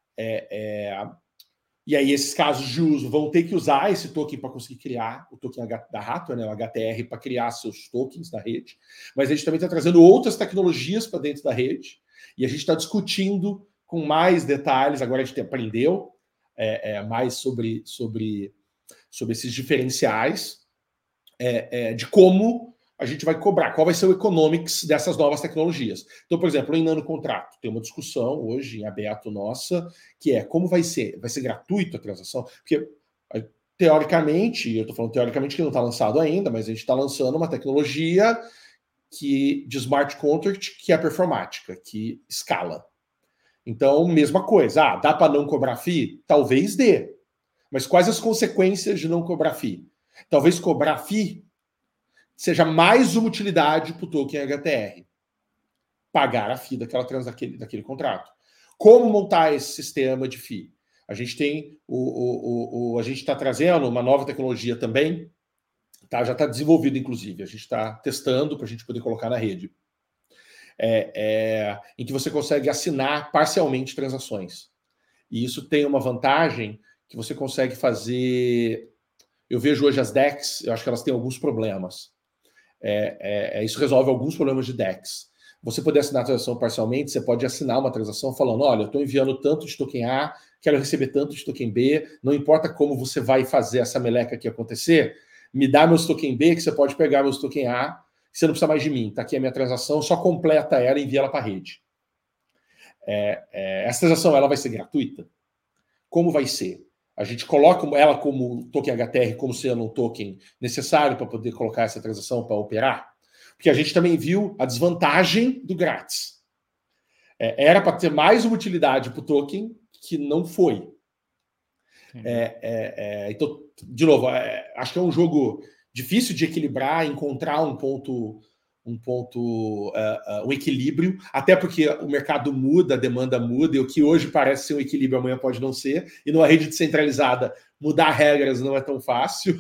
e aí esses casos de uso vão ter que usar esse token para conseguir criar o token da Rato, né, o HTR, para criar seus tokens na rede. Mas a gente também está trazendo outras tecnologias para dentro da rede, e a gente está discutindo com mais detalhes, agora a gente aprendeu mais sobre esses diferenciais, de como a gente vai cobrar, qual vai ser o economics dessas novas tecnologias. Então, por exemplo, em nanocontrato, tem uma discussão hoje em aberto nossa, que é como vai ser? Vai ser gratuito a transação? Porque, teoricamente, eu estou falando teoricamente que não está lançado ainda, mas a gente está lançando uma tecnologia de smart contract que é performática, que escala. Então, mesma coisa. Dá para não cobrar FII? Talvez dê. Mas quais as consequências de não cobrar FII? Talvez cobrar FII seja mais uma utilidade para o token HTR. Pagar a FII daquele contrato. Como montar esse sistema de FII? A gente tem a gente está trazendo uma nova tecnologia também, já está desenvolvido, inclusive. A gente está testando para a gente poder colocar na rede. Em que você consegue assinar parcialmente transações. E isso tem uma vantagem que você consegue fazer. Eu vejo hoje as DEX, eu acho que elas têm alguns problemas. Isso resolve alguns problemas de DEX. Você poder assinar a transação parcialmente, você pode assinar uma transação falando, olha, eu estou enviando tanto de token A, quero receber tanto de token B, não importa como você vai fazer essa meleca aqui acontecer, me dá meus token B, que você pode pegar meus token A, você não precisa mais de mim, tá aqui a minha transação, só completa ela e envia ela para a rede. Essa transação ela vai ser gratuita? Como vai ser? A gente coloca ela como token HTR, como sendo um token necessário para poder colocar essa transação para operar? Porque a gente também viu a desvantagem do grátis. Era para ter mais uma utilidade para o token que não foi. Então, de novo, acho que é um jogo difícil de equilibrar, encontrar um equilíbrio, até porque o mercado muda, a demanda muda, e o que hoje parece ser um equilíbrio amanhã pode não ser, e numa rede descentralizada mudar regras não é tão fácil.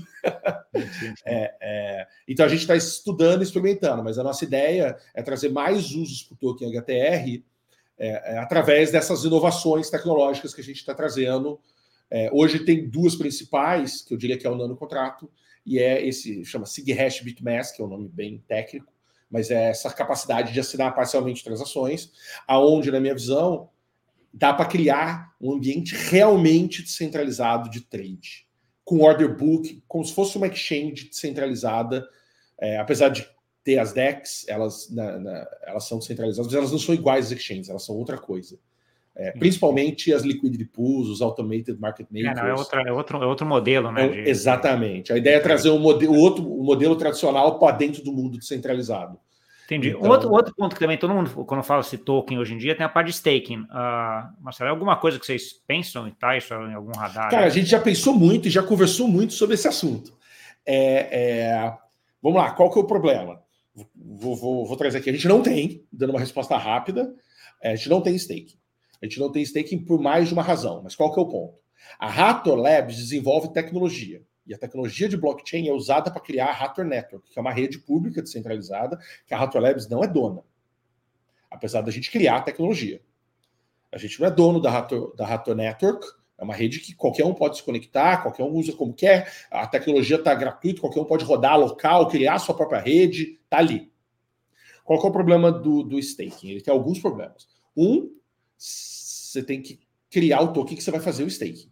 Então a gente está estudando e experimentando, mas a nossa ideia é trazer mais usos para o token HTR através dessas inovações tecnológicas que a gente está trazendo. Hoje tem duas principais, que eu diria que é o nanocontrato, e esse, chama SIG-Hash BitMask, que é um nome bem técnico, mas é essa capacidade de assinar parcialmente transações, aonde, na minha visão, dá para criar um ambiente realmente descentralizado de trade, com order book, como se fosse uma exchange descentralizada, apesar de ter as DEX, elas são descentralizadas, mas elas não são iguais às exchanges, elas são outra coisa. Principalmente as liquidity pools, os automated market makers. É outro modelo, né? Exatamente. A ideia é trazer o modelo tradicional para dentro do mundo descentralizado. Entendi. Então, outro ponto que também todo mundo, quando fala-se token hoje em dia, tem a parte de staking. Marcelo, é alguma coisa que vocês pensam em isso em algum radar? Cara, a gente já pensou muito e já conversou muito sobre esse assunto. Vamos lá, qual que é o problema? Vou trazer aqui. A gente não tem, dando uma resposta rápida, a gente não tem staking. A gente não tem staking por mais de uma razão. Mas qual que é o ponto? A Hathor Labs desenvolve tecnologia. E a tecnologia de blockchain é usada para criar a Hathor Network, que é uma rede pública descentralizada, que a Hathor Labs não é dona. Apesar da gente criar a tecnologia. A gente não é dono da Hathor Network, é uma rede que qualquer um pode se conectar, qualquer um usa como quer, a tecnologia está gratuita, qualquer um pode rodar local, criar a sua própria rede, está ali. Qual que é o problema do staking? Ele tem alguns problemas. Você tem que criar o token que você vai fazer o staking.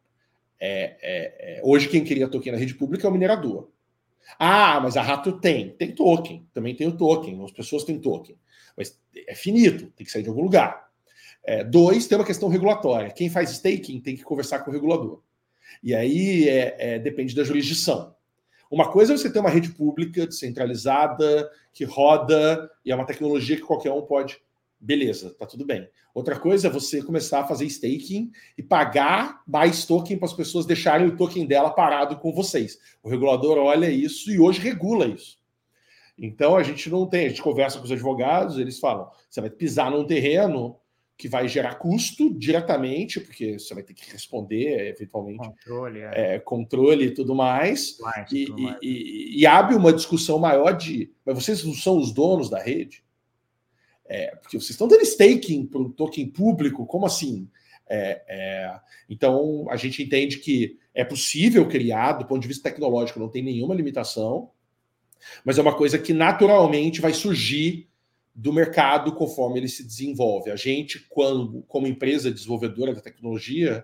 Hoje quem cria token na rede pública é o minerador. Mas a Hathor tem token, também tem o token, as pessoas têm token, mas é finito, tem que sair de algum lugar. 2, tem uma questão regulatória. Quem faz staking tem que conversar com o regulador. E aí depende da jurisdição. Uma coisa é você ter uma rede pública descentralizada, que roda, e é uma tecnologia que qualquer um pode. Beleza, tá tudo bem. Outra coisa é você começar a fazer staking e pagar mais token para as pessoas deixarem o token dela parado com vocês. O regulador olha isso e hoje regula isso. Então a gente não tem, a gente conversa com os advogados, eles falam, você vai pisar num terreno que vai gerar custo diretamente, porque você vai ter que responder, eventualmente, controle e tudo mais, e abre uma discussão maior de, mas vocês não são os donos da rede? Porque vocês estão dando staking para um token público, como assim? Então, a gente entende que é possível criar, do ponto de vista tecnológico, não tem nenhuma limitação, mas é uma coisa que naturalmente vai surgir do mercado conforme ele se desenvolve. A gente, como empresa desenvolvedora da tecnologia,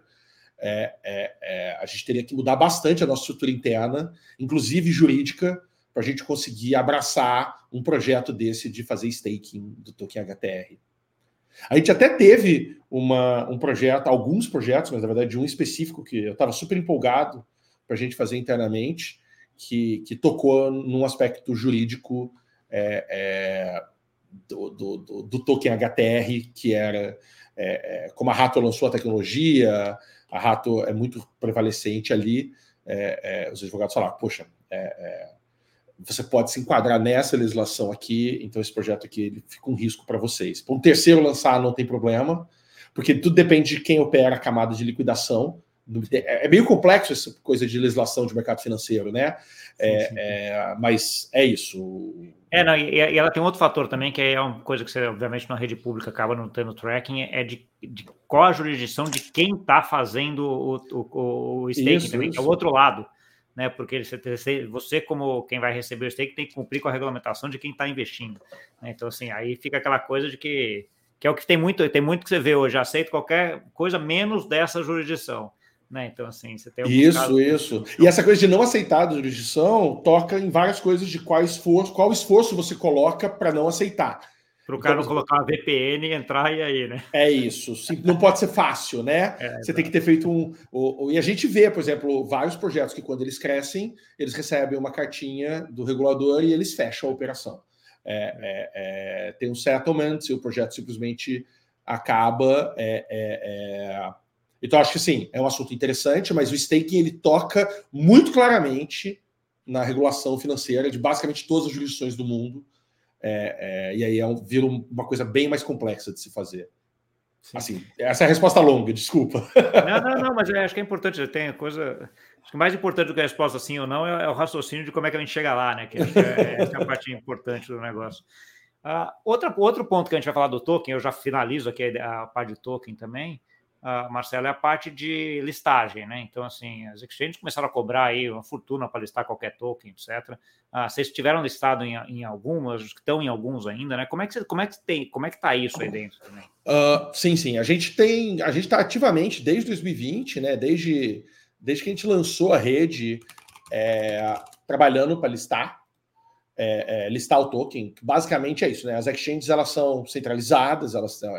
a gente teria que mudar bastante a nossa estrutura interna, inclusive jurídica, para a gente conseguir abraçar um projeto desse de fazer staking do token HTR. A gente até teve um projeto, alguns projetos, mas na verdade um específico que eu estava super empolgado para a gente fazer internamente, que tocou num aspecto jurídico do token HTR, que era como a Hathor lançou a tecnologia, a Hathor é muito prevalecente ali, os advogados falaram, poxa, você pode se enquadrar nessa legislação aqui, então esse projeto aqui ele fica um risco para vocês. Para um terceiro lançar não tem problema, porque tudo depende de quem opera a camada de liquidação. É meio complexo essa coisa de legislação de mercado financeiro, né? Sim. Mas é isso. Não, e ela tem outro fator também, que é uma coisa que você, obviamente, na rede pública acaba não tendo tracking, de qual a jurisdição de quem está fazendo o staking também, que é o outro lado. Né, porque você, como quem vai receber o stake, tem que cumprir com a regulamentação de quem está investindo. Né? Então, assim, aí fica aquela coisa de que é o que tem muito que você vê hoje, aceita qualquer coisa menos dessa jurisdição. Né? Então, assim, você tem Isso. E essa coisa de não aceitar a jurisdição toca em várias coisas de qual esforço você coloca para não aceitar. Para o cara não colocar uma VPN e entrar e aí, né? É isso. Não pode ser fácil, né? Você tem que ter feito E a gente vê, por exemplo, vários projetos que, quando eles crescem, eles recebem uma cartinha do regulador e eles fecham a operação. Tem um settlement, e o projeto simplesmente acaba. Então, acho que sim, é um assunto interessante, mas o staking ele toca muito claramente na regulação financeira de basicamente todas as jurisdições do mundo. E aí vira uma coisa bem mais complexa de se fazer. Sim. Assim, essa é a resposta longa, desculpa. Não, mas acho que é importante, tem coisa. Acho que mais importante do que a resposta sim ou não é o raciocínio de como é que a gente chega lá, né? Que acho que essa é a parte importante do negócio. Outro ponto que a gente vai falar do token, eu já finalizo aqui a parte de token também, Marcelo, é a parte de listagem, né? Então, assim, as exchanges começaram a cobrar aí uma fortuna para listar qualquer token, etc. Vocês tiveram listado em algumas, estão em alguns ainda, né? Como é que está isso aí dentro também? Sim. A gente está ativamente desde 2020, né? Desde que a gente lançou a rede, trabalhando para listar o token. Basicamente é isso, né? As exchanges elas são centralizadas,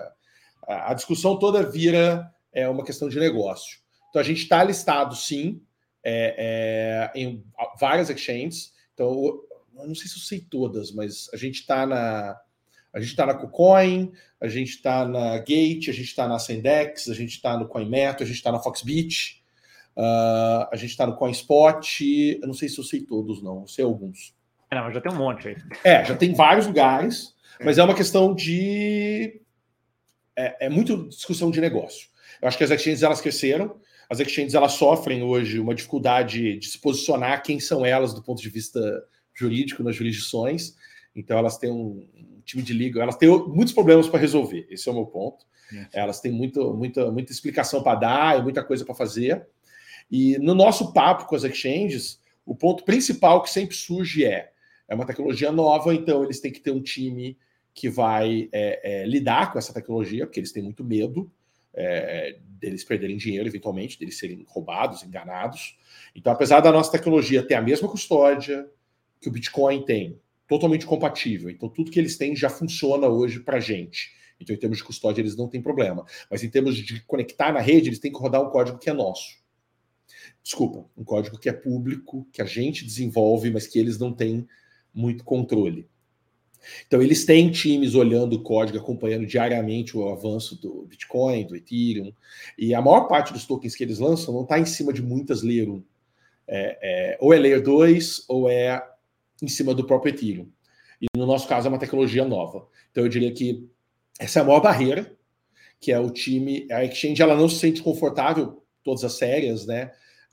a discussão toda vira uma questão de negócio. Então, a gente está listado, sim, em várias exchanges. Então, eu não sei se eu sei todas, mas a gente está na KuCoin, a gente está na Gate, a gente está na Ascendex, a gente está no CoinMeto, a gente está na Foxbit, a gente está no CoinSpot. Eu não sei se eu sei todos, não sei alguns. Não, mas já tem um monte aí. Já tem vários lugares, mas é uma questão de... É muito discussão de negócio. Eu acho que as exchanges, elas cresceram, as exchanges, elas sofrem hoje uma dificuldade de se posicionar quem são elas do ponto de vista jurídico nas jurisdições. Então, elas têm um time de liga, elas têm muitos problemas para resolver, esse é o meu ponto. Elas têm muita explicação para dar e muita coisa para fazer. E no nosso papo com as exchanges, o ponto principal que sempre surge é uma tecnologia nova, então eles têm que ter um time que vai lidar com essa tecnologia, porque eles têm muito medo deles perderem dinheiro, eventualmente, deles serem roubados, enganados. Então, apesar da nossa tecnologia ter a mesma custódia que o Bitcoin tem, totalmente compatível, então tudo que eles têm já funciona hoje para a gente. Então, em termos de custódia, eles não têm problema. Mas em termos de conectar na rede, eles têm que rodar um código que é nosso. Desculpa, um código que é público, que a gente desenvolve, mas que eles não têm muito controle. Então, eles têm times olhando o código, acompanhando diariamente o avanço do Bitcoin, do Ethereum, e a maior parte dos tokens que eles lançam não está em cima de muitas Layer 1. Ou é Layer 2, ou é em cima do próprio Ethereum. E no nosso caso é uma tecnologia nova. Então, eu diria que essa é a maior barreira, que é o time... A exchange, ela não se sente confortável, todas as séries, né,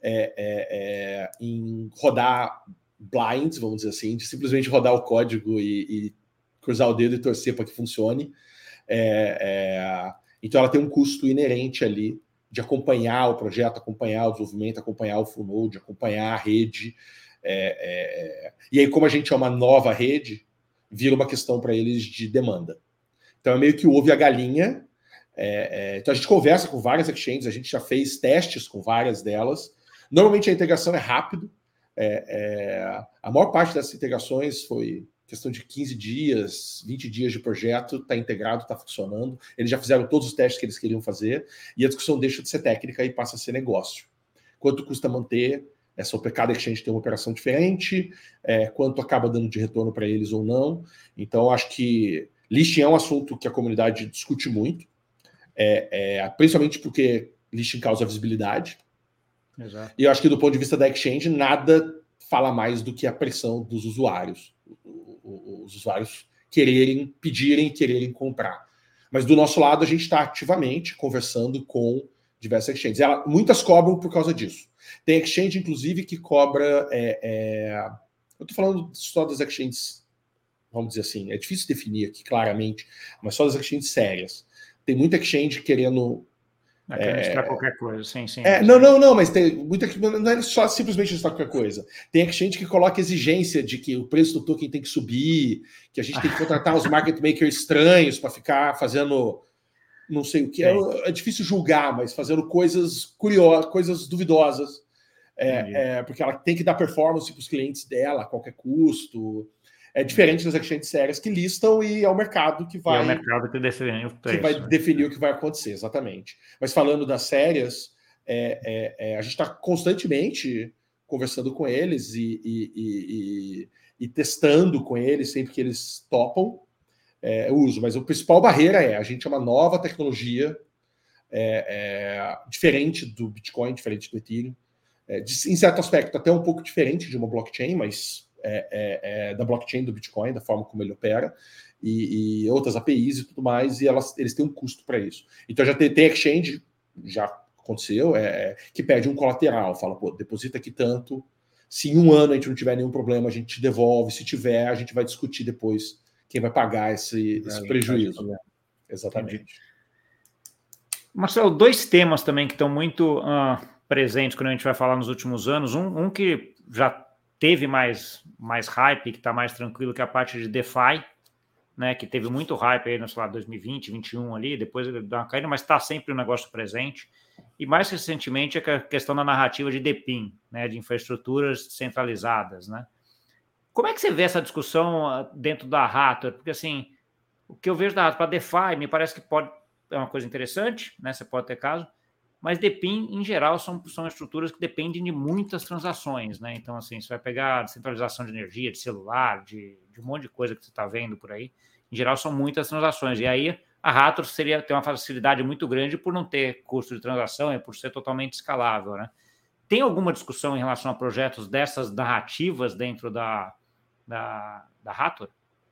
em rodar blind, vamos dizer assim, de simplesmente rodar o código e cruzar o dedo e torcer para que funcione. Então ela tem um custo inerente ali de acompanhar o projeto, acompanhar o desenvolvimento, acompanhar o full node, acompanhar a rede. E aí, como a gente é uma nova rede, vira uma questão para eles de demanda. Então é meio que o ovo e a galinha. Então a gente conversa com várias exchanges, a gente já fez testes com várias delas. Normalmente a integração é rápido. A maior parte dessas integrações foi questão de 15 dias, 20 dias de projeto, está integrado, está funcionando. Eles já fizeram todos os testes que eles queriam fazer e a discussão deixa de ser técnica e passa a ser negócio. Quanto custa manter essa cada exchange tem uma operação diferente, quanto acaba dando de retorno para eles ou não. Então, acho que listing é um assunto que a comunidade discute muito, principalmente porque listing causa visibilidade. Exato. E eu acho que do ponto de vista da exchange, nada fala mais do que a pressão dos usuários. Os usuários pedirem e quererem comprar. Mas do nosso lado, a gente está ativamente conversando com diversas exchanges. Muitas cobram por causa disso. Tem exchange, inclusive, que cobra... eu estou falando só das exchanges, vamos dizer assim, é difícil definir aqui claramente, mas só das exchanges sérias. Tem muita exchange querendo... Querendo listar qualquer coisa, sim. Não, mas tem muita que não é só simplesmente listar qualquer coisa. Tem exchange que coloca exigência de que o preço do token tem que subir, que a gente tem que contratar os market makers estranhos para ficar fazendo não sei o que. É difícil julgar, mas fazendo coisas curiosas, coisas duvidosas. Porque ela tem que dar performance para os clientes dela a qualquer custo. É diferente das exchanges sérias que listam e é o mercado que vai... É o mercado que define o preço. Que vai definir o que vai acontecer, exatamente. Mas falando das sérias, a gente está constantemente conversando com eles e testando com eles sempre que eles topam o uso. Mas a principal barreira a gente é uma nova tecnologia diferente do Bitcoin, diferente do Ethereum. Em certo aspecto, até um pouco diferente de uma blockchain, mas da blockchain do Bitcoin, da forma como ele opera, e outras APIs e tudo mais, e eles têm um custo para isso. Então já tem exchange, já aconteceu, que pede um colateral, fala, deposita aqui tanto, se em um ano a gente não tiver nenhum problema, a gente te devolve, se tiver, a gente vai discutir depois quem vai pagar esse prejuízo. Exatamente. Entendi. Marcelo, dois temas também que estão muito presentes quando a gente vai falar nos últimos anos, um que já teve mais hype, que está mais tranquilo, que é a parte de DeFi, né, que teve muito hype aí no, sei lá, 2020, 2021 ali, depois ele dá uma caída, mas está sempre um negócio presente. E mais recentemente a questão da narrativa de DePIN, né, de infraestruturas centralizadas, né? Como é que você vê essa discussão dentro da Hardware? Porque, assim, o que eu vejo da Hardware para DeFi me parece que é uma coisa interessante, né, você pode ter caso, mas DePIN, em geral, são estruturas que dependem de muitas transações, né? Então, assim, você vai pegar centralização de energia, de celular, de um monte de coisa que você está vendo por aí. Em geral, são muitas transações. E aí, a Rator ter uma facilidade muito grande por não ter custo de transação e por ser totalmente escalável, né? Tem alguma discussão em relação a projetos dessas narrativas dentro da Rator?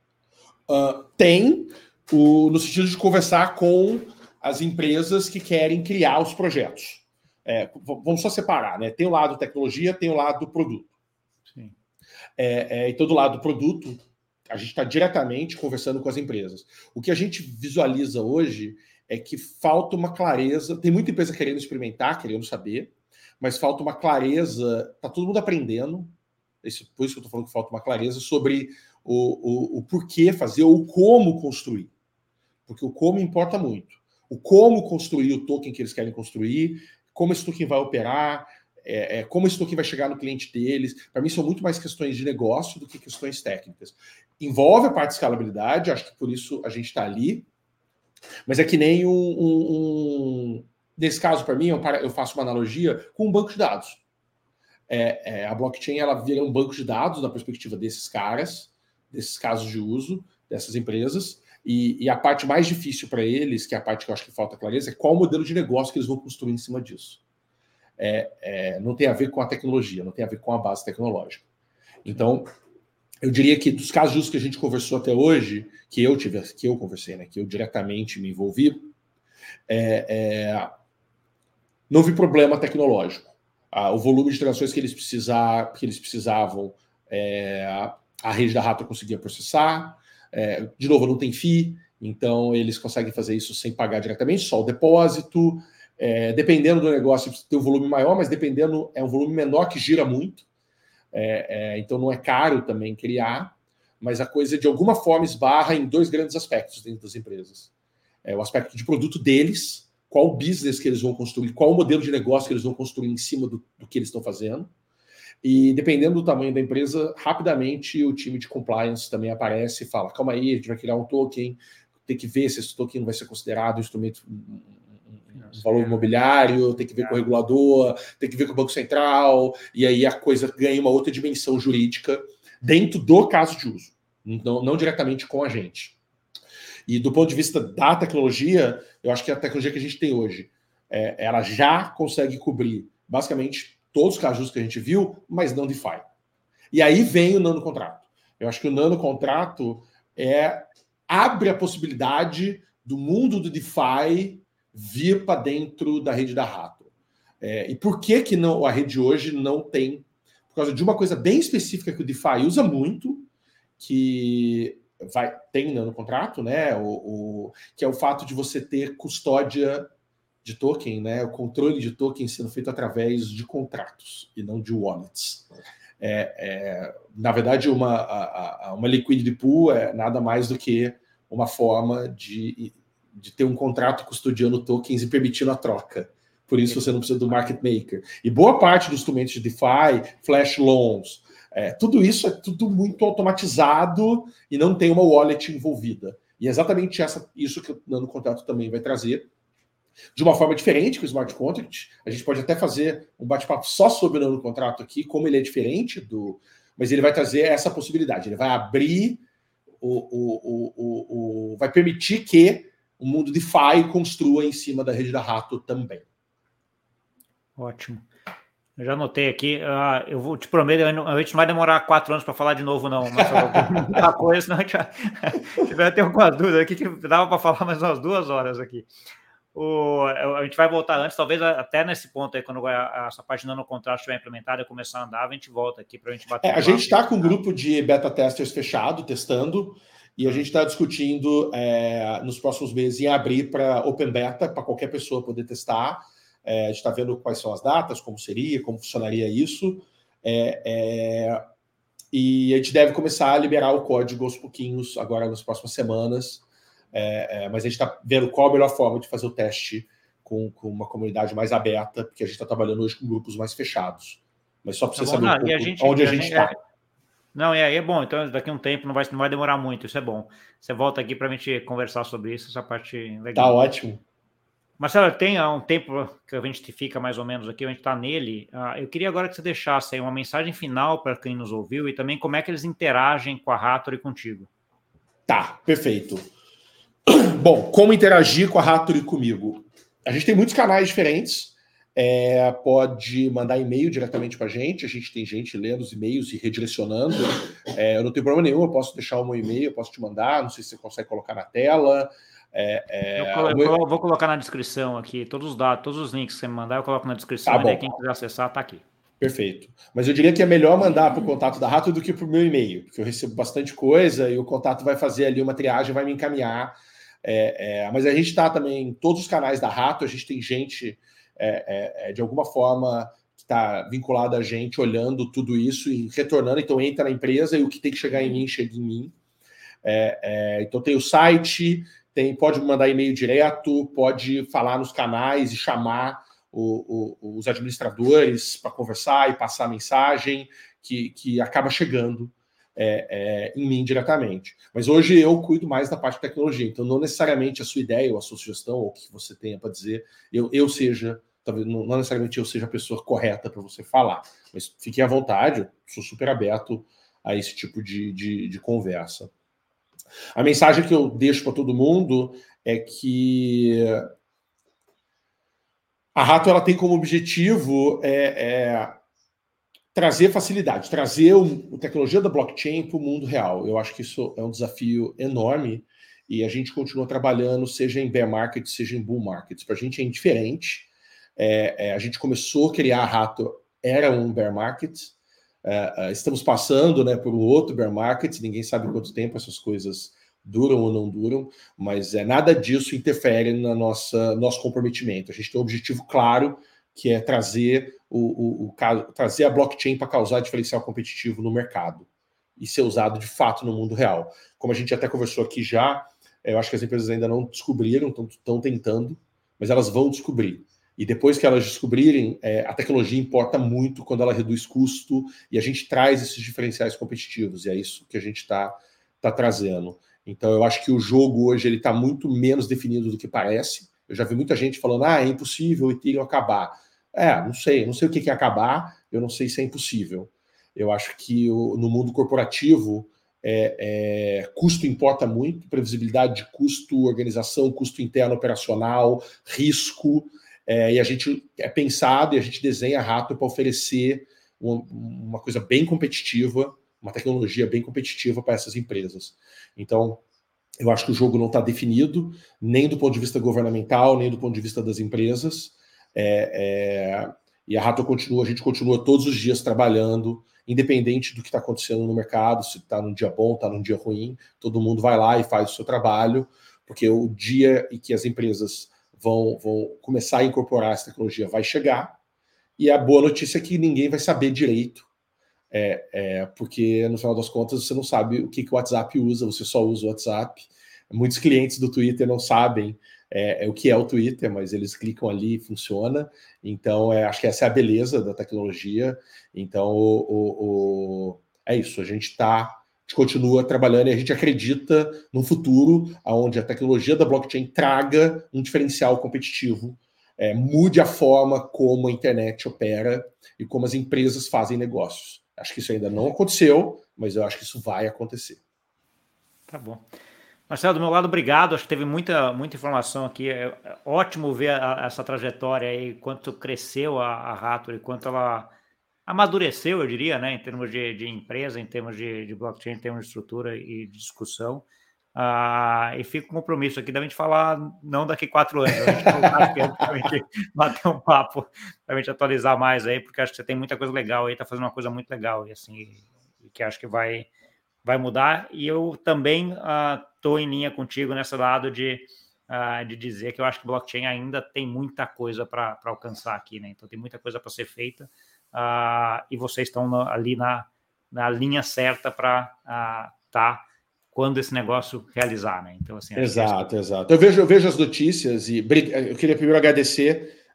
Tem, no sentido de conversar com as empresas que querem criar os projetos. Vamos só separar, né? Tem o lado tecnologia, tem o lado produto. Sim. Então, do lado do produto, a gente está diretamente conversando com as empresas. O que a gente visualiza hoje é que falta uma clareza. Tem muita empresa querendo experimentar, querendo saber, mas falta uma clareza. Está todo mundo aprendendo. Por isso que eu estou falando que falta uma clareza sobre o porquê fazer ou como construir. Porque o como importa muito. O como construir o token que eles querem construir, como esse token vai operar, como esse token vai chegar no cliente deles. Para mim, são muito mais questões de negócio do que questões técnicas. Envolve a parte de escalabilidade, acho que por isso a gente está ali. Mas é que nem nesse caso, para mim, eu faço uma analogia com um banco de dados. A blockchain ela vira um banco de dados na perspectiva desses caras, desses casos de uso, dessas empresas. E a parte mais difícil para eles, que é a parte que eu acho que falta clareza, é qual o modelo de negócio que eles vão construir em cima disso. Não tem a ver com a tecnologia, não tem a ver com a base tecnológica. Então, eu diria que dos casos de uso que a gente conversou até hoje, que eu conversei, né, que eu diretamente me envolvi, não vi problema tecnológico. O volume de transações que eles precisavam, a rede da Rator conseguia processar. De novo, não tem FII, então eles conseguem fazer isso sem pagar diretamente, só o depósito. Dependendo do negócio, tem um volume maior, mas dependendo, é um volume menor que gira muito. Então não é caro também criar, mas a coisa de alguma forma esbarra em dois grandes aspectos dentro das empresas. O aspecto de produto deles, qual o business que eles vão construir, qual o modelo de negócio que eles vão construir em cima do que eles estão fazendo. E dependendo do tamanho da empresa, rapidamente o time de compliance também aparece e fala, calma aí, a gente vai criar um token, tem que ver se esse token não vai ser considerado um instrumento, um valor imobiliário, tem que ver com o regulador, tem que ver com o Banco Central, e aí a coisa ganha uma outra dimensão jurídica dentro do caso de uso, não diretamente com a gente. E do ponto de vista da tecnologia, eu acho que a tecnologia que a gente tem hoje, ela já consegue cobrir basicamente todos os casos que a gente viu, mas não DeFi. E aí vem o nanocontrato. Eu acho que o nanocontrato abre a possibilidade do mundo do DeFi vir para dentro da rede da Rator. E por que não, a rede hoje não tem? Por causa de uma coisa bem específica que o DeFi usa muito, que tem nanocontrato, né? Que é o fato de você ter custódia de token, né? O controle de token sendo feito através de contratos e não de wallets. Na verdade, uma liquidity pool é nada mais do que uma forma de ter um contrato custodiando tokens e permitindo a troca. Por isso você não precisa do market maker. E boa parte dos instrumentos de DeFi, flash loans, tudo isso é tudo muito automatizado e não tem uma wallet envolvida. E é exatamente isso que o nanocontrato também vai trazer, de uma forma diferente que o smart contract. A gente pode até fazer um bate-papo só sobre o nanocontrato aqui, como ele é diferente mas ele vai trazer essa possibilidade. Ele vai abrir, vai permitir que o mundo DeFi construa em cima da rede da Rator também. Ótimo. Eu já anotei aqui. Eu vou te prometer, a gente não vai demorar 4 anos para falar de novo, não. Mas muita coisa, senão a gente vai ter algumas dúvidas aqui que dava para falar mais umas 2 horas aqui. A gente vai voltar antes, talvez até nesse ponto aí, quando essa parte do nanocontrato estiver implementada e começar a andar, a gente volta aqui para a gente bater. A gente está com um grupo de beta testers fechado, testando, e a gente está discutindo nos próximos meses em abrir para open beta, para qualquer pessoa poder testar. A gente está vendo quais são as datas, como seria, como funcionaria isso. E a gente deve começar a liberar o código aos pouquinhos, agora nas próximas semanas. Mas a gente está vendo qual a melhor forma de fazer o teste com uma comunidade mais aberta, porque a gente está trabalhando hoje com grupos mais fechados. Mas só para você saber um pouco onde a gente está. Não, e aí é bom, então daqui a um tempo não vai demorar muito, isso é bom. Você volta aqui para a gente conversar sobre isso, essa parte legal. Tá ótimo. Marcelo, tem há um tempo que a gente fica mais ou menos aqui, a gente está nele. Eu queria agora que você deixasse aí uma mensagem final para quem nos ouviu e também como é que eles interagem com a Rator e contigo. Tá, perfeito. Bom, como interagir com a Rator e comigo? A gente tem muitos canais diferentes. Pode mandar e-mail diretamente para a gente tem gente lendo os e-mails e redirecionando. Eu não tenho problema nenhum, eu posso deixar o meu e-mail, eu posso te mandar, não sei se você consegue colocar na tela. Eu vou colocar na descrição aqui, todos os dados, todos os links que você me mandar, eu coloco na descrição, tá, e daí quem quiser acessar, tá aqui. Perfeito. Mas eu diria que é melhor mandar para o contato da Rator do que para o meu e-mail, porque eu recebo bastante coisa e o contato vai fazer ali uma triagem, vai me encaminhar. Mas a gente está também em todos os canais da Rator, a gente tem gente de alguma forma que está vinculada a gente, olhando tudo isso e retornando, então entra na empresa e o que tem que chegar em mim, chega em mim. Então tem o site, pode mandar e-mail direto, pode falar nos canais e chamar os administradores para conversar e passar a mensagem que acaba chegando em mim diretamente. Mas hoje eu cuido mais da parte de tecnologia, então não necessariamente a sua ideia ou a sua sugestão ou o que você tenha para dizer, eu seja, talvez não necessariamente eu seja a pessoa correta para você falar, mas fique à vontade, eu sou super aberto a esse tipo de conversa. A mensagem que eu deixo para todo mundo é que a Rator ela tem como objetivo trazer facilidade, trazer a tecnologia da blockchain para o mundo real. Eu acho que isso é um desafio enorme e a gente continua trabalhando, seja em bear market, seja em bull market. Para a gente é indiferente. A gente começou a criar a Rator, era um bear market. Estamos passando por um outro bear market, ninguém sabe quanto tempo essas coisas duram ou não duram, mas nada disso interfere no nosso comprometimento. A gente tem um objetivo claro, que é trazer trazer a blockchain para causar diferencial competitivo no mercado e ser usado de fato no mundo real. Como a gente até conversou aqui já, eu acho que as empresas ainda não descobriram, estão tentando, mas elas vão descobrir. E depois que elas descobrirem, a tecnologia importa muito quando ela reduz custo e a gente traz esses diferenciais competitivos, e é isso que a gente está trazendo. Então, eu acho que o jogo hoje está muito menos definido do que parece. Eu já vi muita gente falando, é impossível o Ethereum acabar. Não sei o que é acabar, eu não sei se é impossível. Eu acho que no mundo corporativo, custo importa muito, previsibilidade de custo, organização, custo interno operacional, risco, e a gente é pensado e a gente desenha a Rator para oferecer uma coisa bem competitiva, uma tecnologia bem competitiva para essas empresas. Então, eu acho que o jogo não está definido, nem do ponto de vista governamental, nem do ponto de vista das empresas. E a Rator a gente continua todos os dias trabalhando, independente do que está acontecendo no mercado, se está num dia bom, está num dia ruim, todo mundo vai lá e faz o seu trabalho, porque o dia em que as empresas vão começar a incorporar essa tecnologia vai chegar, e a boa notícia é que ninguém vai saber direito, porque no final das contas você não sabe o que o WhatsApp usa, você só usa o WhatsApp. Muitos clientes do Twitter não sabem o que é o Twitter, mas eles clicam ali e funciona. Então, acho que essa é a beleza da tecnologia. Então, é isso. A gente continua trabalhando e a gente acredita num futuro onde a tecnologia da blockchain traga um diferencial competitivo, mude a forma como a internet opera e como as empresas fazem negócios. Acho que isso ainda não aconteceu, mas eu acho que isso vai acontecer. Tá bom. Marcelo, do meu lado, obrigado. Acho que teve muita informação aqui. É ótimo ver essa trajetória aí, quanto cresceu a Rator e quanto ela amadureceu, eu diria, né, em termos de empresa, em termos de blockchain, em termos de estrutura e de discussão. E fica com compromisso aqui da gente falar, não daqui 4 anos, a gente voltar aqui para a gente bater um papo, para a gente atualizar mais aí, porque acho que você tem muita coisa legal aí, está fazendo uma coisa muito legal e assim, que acho que vai mudar. E eu também estou em linha contigo nesse lado de dizer que eu acho que blockchain ainda tem muita coisa para alcançar aqui, né? Então tem muita coisa para ser feita e vocês estão ali na linha certa para estar quando esse negócio realizar, né? Então, assim, exato. Eu vejo as notícias e eu queria primeiro agradecer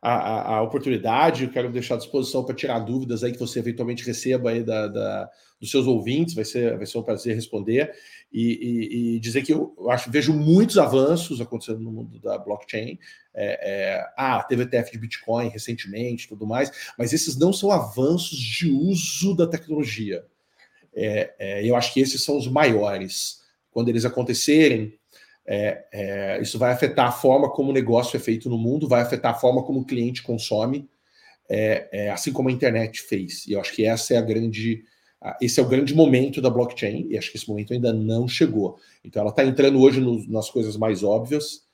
a oportunidade, eu quero deixar à disposição para tirar dúvidas aí que você eventualmente receba aí dos seus ouvintes, vai ser um prazer responder e dizer que eu vejo muitos avanços acontecendo no mundo da blockchain. Teve ETF de Bitcoin recentemente, tudo mais, mas esses não são avanços de uso da tecnologia. Eu acho que esses são os maiores. Quando eles acontecerem, isso vai afetar a forma como o negócio é feito no mundo, vai afetar a forma como o cliente consome, assim como a internet fez. E eu acho que esse é o grande momento da blockchain, e acho que esse momento ainda não chegou. Então ela está entrando hoje nas coisas mais óbvias,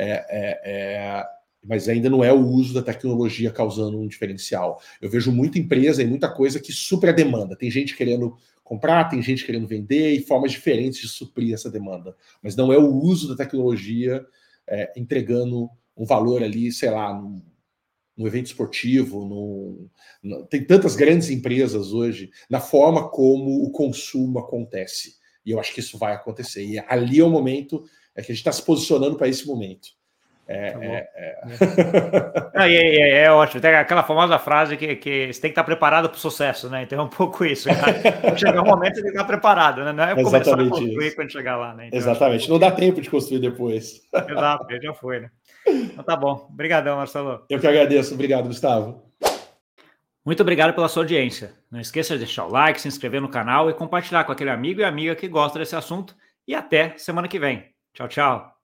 mas ainda não é o uso da tecnologia causando um diferencial. Eu vejo muita empresa e muita coisa que supra a demanda. Tem gente querendo comprar, tem gente querendo vender e formas diferentes de suprir essa demanda. Mas não é o uso da tecnologia entregando um valor ali, sei lá, num evento esportivo. Tem tantas grandes empresas hoje na forma como o consumo acontece. E eu acho que isso vai acontecer. E ali é o momento que a gente está se posicionando para esse momento. É ótimo. Tem aquela famosa frase que você tem que estar preparado para o sucesso, né? Então é um pouco isso. Quando chegar o momento, você tem que estar preparado, né? Não é começar a construir isso quando chegar lá, né? Então, exatamente. Não dá tempo de construir depois. Exato, já foi, né? Então tá bom. Obrigadão, Marcelo. Eu que agradeço. Obrigado, Gustavo. Muito obrigado pela sua audiência. Não esqueça de deixar o like, se inscrever no canal e compartilhar com aquele amigo e amiga que gosta desse assunto. E até semana que vem. Tchau, tchau.